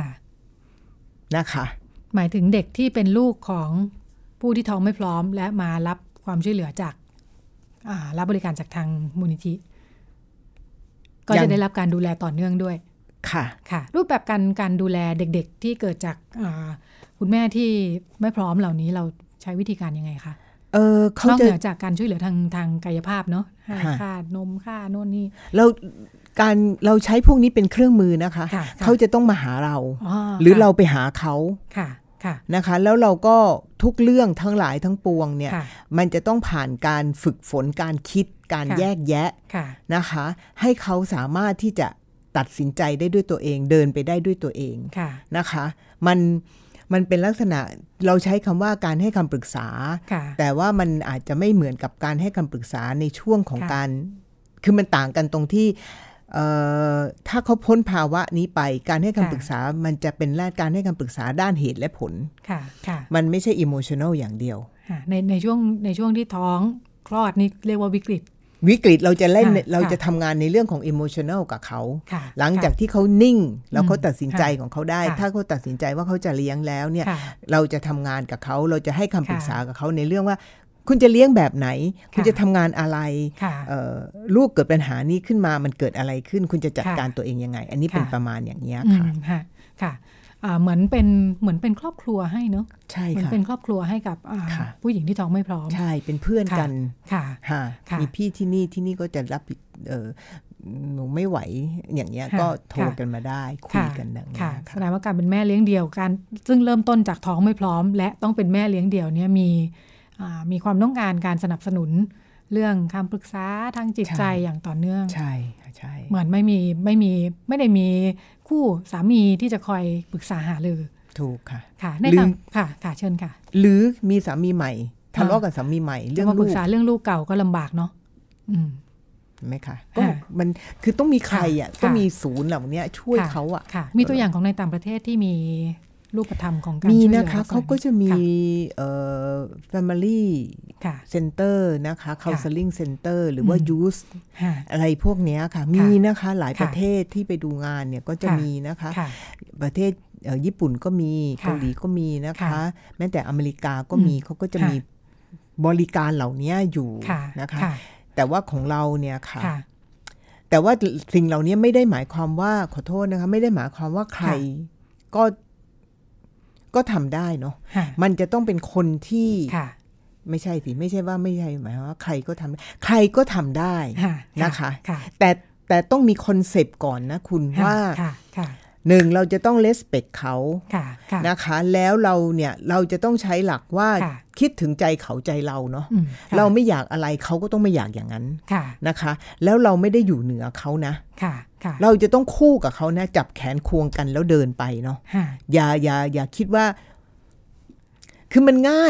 นะคะหมายถึงเด็กที่เป็นลูกของผู้ที่ท้องไม่พร้อมและมารับความช่วยเหลือจากรับบริการจากทางมูลนิธิก็จะได้รับการดูแลต่อเนื่องด้วยค่ะค่ะรูปแบบการการดูแลเด็กๆที่เกิดจากคุณแม่ที่ไม่พร้อมเหล่านี้เราใช้วิธีการยังไงคะเออเขาจะนอกเหนือจากการช่วยเหลือทางทางกายภาพเนาะให้ค่านมค่าโน่นนี่เราการเราใช้พวกนี้เป็นเครื่องมือนะคะเขาจะต้องมาหาเราหรือเราไปหาเขานะคะแล้วเราก็ทุกเรื่องทั้งหลายทั้งปวงเนี่ยมันจะต้องผ่านการฝึกฝนการคิดการแยกแยะนะคะให้เขาสามารถที่จะตัดสินใจได้ด้วยตัวเองเดินไปได้ด้วยตัวเองนะคะมันมันเป็นลักษณะเราใช้คำว่าการให้คำปรึกษาแต่ว่ามันอาจจะไม่เหมือนกับการให้คำปรึกษาในช่วงของการคือมันต่างกันตรงที่ถ้าเขาพ้นภาวะนี้ไปการให้คำปรึกษามันจะเป็นการให้คำปรึกษาด้านเหตุและผลมันไม่ใช่ emotional อย่างเดียวในในช่วงในช่วงที่ท้องคลอดนี่เรียกว่าวิกฤตวิกฤตเราจะเล่นเราจะทำงานในเรื่องของ emotional กับเขาหลังจากที่เขานิ่งแล้วเขาตัดสินใจของเขาได้ถ้าเขาตัดสินใจว่าเขาจะเลี้ยงแล้วเนี่ยเราจะทำงานกับเขาเราจะให้คำปรึกษากับเขาในเรื่องว่าคุณจะเลี้ยงแบบไหนคุณจะทำงานอะไรลูกเกิดปัญหานี้ขึ้นมามันเกิดอะไรขึ้นคุณจะจัดการตัวเองยังไงอันนี้เป็นประมาณอย่างนี้ค่ะค่ะเหมือนเป็นเหมือนเป็นครอบครัวให้เนาะใช่ค่ะเหมือนเป็นครอบครัวให้กับผู้หญิงที่ท้องไม่พร้อมใช่เป็นเพื่อนกันค่ะมีพี่ที่นี่ที่นี่ก็จะรับเออหนูไม่ไหวอย่างเงี้ยก็โทรกันมาได้คุยกันดังนี้แสดงว่าการเป็นแม่เลี้ยงเดี่ยวการซึ่งเริ่มต้นจากท้องไม่พร้อมและต้องเป็นแม่เลี้ยงเดี่ยวเนี่ยมีมีความต้องการการสนับสนุนเรื่องคำปรึกษาทางจิตใจอย่างต่อเนื่องใช่ใช่เหมือนไม่มีไม่มีไม่ได้มีคู่สามีที่จะคอยปรึกษาหารือถูกค่ะค่ะในคำค่ะค่ะเชิญค่ะหรือมีสามีใหม่ทะเลาะกับสามีใหม่เรื่องลูกปรึกษาเรื่องลูกเก่าก็ลำบากเนาะอืมไหมคะก็มันคือต้องมีใครอ่ะต้องมีศูนย์เหล่านี้ช่วยเขาอ่ะมีตัวอย่างของในต่างประเทศที่มีรูปธรรมของการมีนะคะเขาก็จะมีเอ่อ family center นะคะ counseling center หรือว่า youth อะไรพวกนี้ค่ะมีนะคะหลายประเทศที่ไปดูงานเนี่ยก็จะมีนะคะประเทศญี่ปุ่นก็มีเกาหลีก็มีนะคะแม้แต่อเมริกาก็มีเขาก็จะมีบริการเหล่านี้อยู่นะคะแต่ว่าของเราเนี่ยค่ะแต่ว่าสิ่งเหล่านี้ไม่ได้หมายความว่าขอโทษนะคะไม่ได้หมายความว่าใครก็ก็ทำได้เนาะมันจะต้องเป็นคนที่ไม่ใช่สิไม่ใช่ว่าไม่ใช่หมายว่าใครก็ทำใครก็ทำได้นะคะแต่แต่ต้องมีคอนเซปต์ก่อนนะคุณว่าหนึ่งเราจะต้องเลสเปคเขานะคะแล้วเราเนี่ยเราจะต้องใช้หลักว่าคิดถึงใจเขาใจเราเนาะเราไม่อยากอะไรเขาก็ต้องไม่อยากอย่างนั้นนะคะแล้วเราไม่ได้อยู่เหนือเขานะเราจะต้องคู่กับเขานะจับแขนควงกันแล้วเดินไปเนาะอย่าอย่าอย่าคิดว่าคือมันง่ายอ่ะ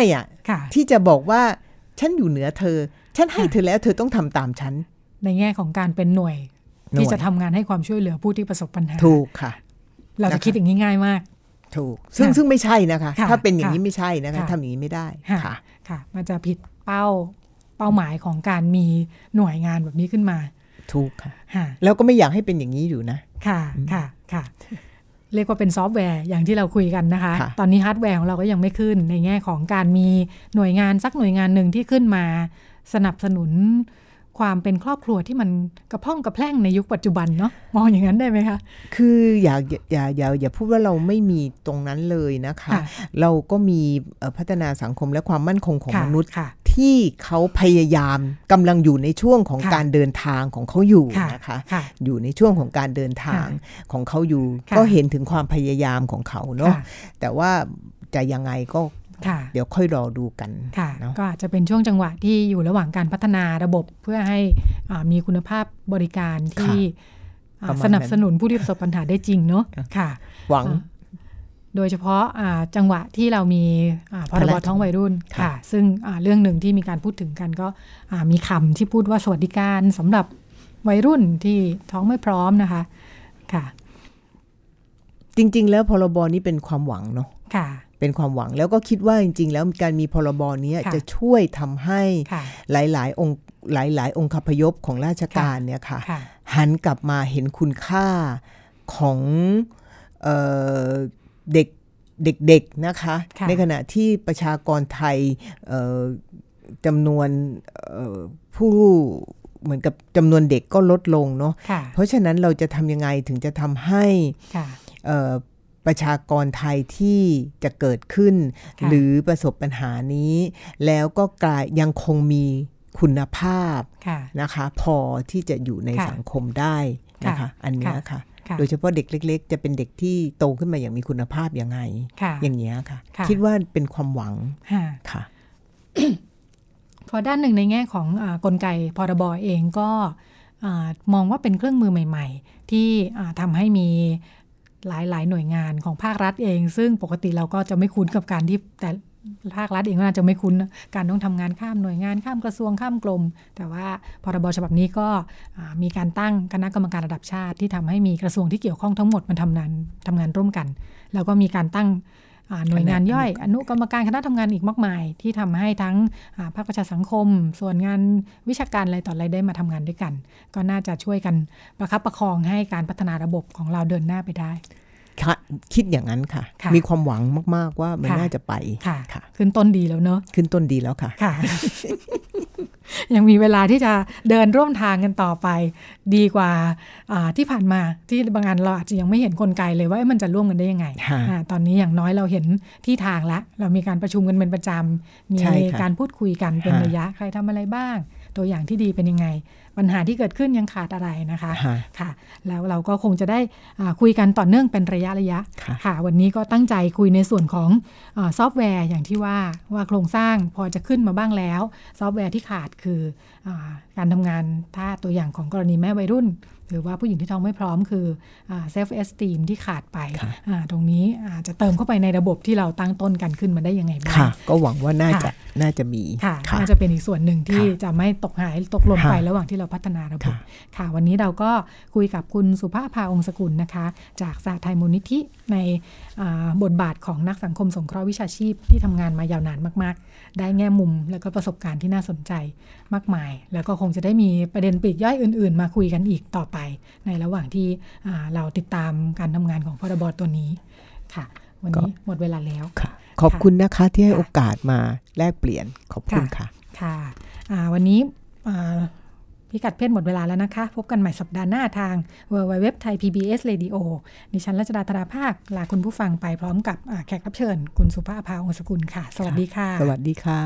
ที่จะบอกว่าฉันอยู่เหนือเธอฉันให้เธอแล้วเธอต้องทำตามฉันในแง่ของการเป็นหน่วยที่จะทำงานให้ความช่วยเหลือผู้ที่ประสบปัญหาถูกค่ะเราจะคิดอย่างนี้ง่ายมากถูกซึ่งซึ่งไม่ใช่นะคะถ้าเป็นอย่างนี้ไม่ใช่นะคะทำอย่างนี้ไม่ได้ค่ะค่ะมันจะผิดเป้าเป้าหมายของการมีหน่วยงานแบบนี้ขึ้นมาถูกค่ะแล้วก็ไม่อยากให้เป็นอย่างนี้อยู่นะค่ะค่ะค่ะเรียกว่าเป็นซอฟต์แวร์อย่างที่เราคุยกันนะคะตอนนี้ฮาร์ดแวร์ของเราก็ยังไม่ขึ้นในแง่ของการมีหน่วยงานสักหน่วยงานหนึ่งที่ขึ้นมาสนับสนุนความเป็นครอบครัวที่มันกระพ่องกระแพร่งในยุคปัจจุบันเนาะมองอย่างนั้นได้ไหมคะคืออย่าอย่าอย่าอย่าพูดว่าเราไม่มีตรงนั้นเลยนะคะเราก็มีพัฒนาสังคมและความมั่นคงของมนุษย์ที่เขาพยายามกำลังอยู่ในช่วงของการเดินทางของเขาอยู่นะคะอยู่ในช่วงของการเดินทางของเขาอยู่ก็เห็นถึงความพยายามของเขาเนาะแต่ว่าจะยังไงก็เดี๋ยวค่อยรอดูกันก็อาจจะเป็นช่วงจังหวะที่อยู่ระหว่างการพัฒนาระบบเพื่อให้มีคุณภาพบริการที่สนับสนุนผู้ที่ประสบปัญหาได้จริงเนาะค่ะหวังโดยเฉพาะจังหวะที่เรามีพรบท้องวัยรุ่นค่ะซึ่งเรื่องหนึ่งที่มีการพูดถึงกันก็มีคำที่พูดว่าสวัสดิการสำหรับวัยรุ่นที่ท้องไม่พร้อมนะคะค่ะจริงๆแล้วพรบนี้เป็นความหวังเนาะค่ะเป็นความหวังแล้วก็คิดว่าจริงๆแล้วการมีพรบนี้จะช่วยทำให้หลายๆองค์หลายๆองค์คพยพของราชการเนี่ยค่ะหันกลับมาเห็นคุณค่าของเอ่อเด็กเด็กๆนะคะในขณะที่ประชากรไทยจำนวนผู้เหมือนกับจำนวนเด็กก็ลดลงเนาะเพราะฉะนั้นเราจะทำยังไงถึงจะทำให้ประชากรไทยที่จะเกิดขึ้นหรือประสบปัญหานี้แล้วก็กลายยังคงมีคุณภาพนะคะพอที่จะอยู่ในสังคมได้นะคะอันนี้ค่ะโดยเฉพาะเด็กเล็กๆจะเป็นเด็กที่โตขึ้นมาอย่างมีคุณภาพยังไงอย่างนี้ค่ะคิดว่าเป็นความหวังค่ะพอด้านหนึ่งในแง่ของอ่ากลไกพรบเองก็มองว่าเป็นเครื่องมือใหม่ๆที่ทำให้มีหลายๆหน่วยงานของภาครัฐเองซึ่งปกติเราก็จะไม่คุ้นกับการที่แต่ภาครัฐเองก็น่าจะไม่คุ้นการต้องทำงานข้ามหน่วยงานข้ามกระทรวงข้ามกรมแต่ว่าพรบฉบับนี้ก็มีการตั้งคณะกรรมการระดับชาติที่ทำให้มีกระทรวงที่เกี่ยวข้องทั้งหมดมันทำงานทำงานร่วมกันแล้วก็มีการตั้งหน่วยงานย่อยอนุกรรมการคณะทำงานอีกมากมายที่ทำให้ทั้งภาคประชาสังคมส่วนงานวิชาการอะไรต่ออะไรได้มาทำงานด้วยกันก็น่าจะช่วยกันประคับประคองให้การพัฒนาระบบของเราเดินหน้าไปได้คิดอย่างนั้นค่ะมีความหวังมากๆว่ามันน่าจะไปค่ะขึ้นต้นดีแล้วเนอะขึ้นต้นดีแล้วค่ะค่ะ ยังมีเวลาที่จะเดินร่วมทางกันต่อไปดีกว่าที่ผ่านมาที่บางงานเราอาจจะยังไม่เห็นกลไกเลยว่ามันจะร่วมกันได้ยังไงตอนนี้อย่างน้อยเราเห็นที่ทางแล้วเรามีการประชุมกันเป็นประจำมีการพูดคุยกันเป็นระยะใครทำอะไรบ้างตัวอย่างที่ดีเป็นยังไงปัญหาที่เกิดขึ้นยังขาดอะไรนะคะค่ะแล้วเราก็คงจะได้คุยกันต่อเนื่องเป็นระยะระยะค่ะวันนี้ก็ตั้งใจคุยในส่วนของซอฟต์แวร์อย่างที่ว่าว่าโครงสร้างพอจะขึ้นมาบ้างแล้วซอฟต์แวร์ที่ขาดคือการทำงานถ้าตัวอย่างของกรณีแม่วัยรุ่นหรือว่าผู้หญิงที่ท้องไม่พร้อมคือเซลฟ์เอสตีมที่ขาดไปตรงนี้อาจจะเติมเข้าไปในระบบที่เราตั้งต้นกันขึ้นมาได้ยังไงบ้างก็หวังว่าน่าจะน่าจะมีน่าจะเป็นอีกส่วนหนึ่งที่จะไม่ตกหายตกหล่นไประหว่างที่เราพัฒนาระบบค่ะวันนี้เราก็คุยกับคุณสุภาภาองค์สกุลนะคะจากสหไทยมูลนิธิในบทบาทของนักสังคมสงเคราะห์วิชาชีพที่ทำงานมายาวนานมากๆได้แง่มุมแล้วก็ประสบการณ์ที่น่าสนใจมากมายแล้วก็คงจะได้มีประเด็นปลีกย่อยอื่นๆมาคุยกันอีกต่อไปในระหว่างที่เราติดตามการทำงานของพรบตัวนี้ค่ะวันนี้หมดเวลาแล้วขอบคุณนะคะที่ให้โอกาสมาแลกเปลี่ยนขอบคุณค่ะค่ะวันนี้พิกัดเพศหมดเวลาแล้วนะคะพบกันใหม่สัปดาห์หน้าทาง ดับเบิลยู ดับเบิลยู ดับเบิลยู ดอท ไทย พี บี เอส เรดิโอ ดิฉันรัชดาธราภาคลาคุณผู้ฟังไปพร้อมกับแขกรับเชิญคุณสุภาภาองค์สกุลค่ะสวัสดีค่ะสวัสดีค่ะ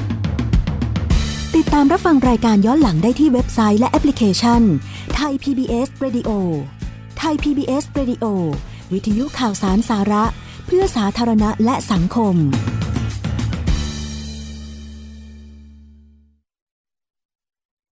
ติดตามรับฟังรายการย้อนหลังได้ที่เว็บไซต์และแอปพลิเคชัน Thai พี บี เอส Radio Thai พี บี เอส Radio วิทยุข่าวสารสาระเพื่อสาธารณะและสังคม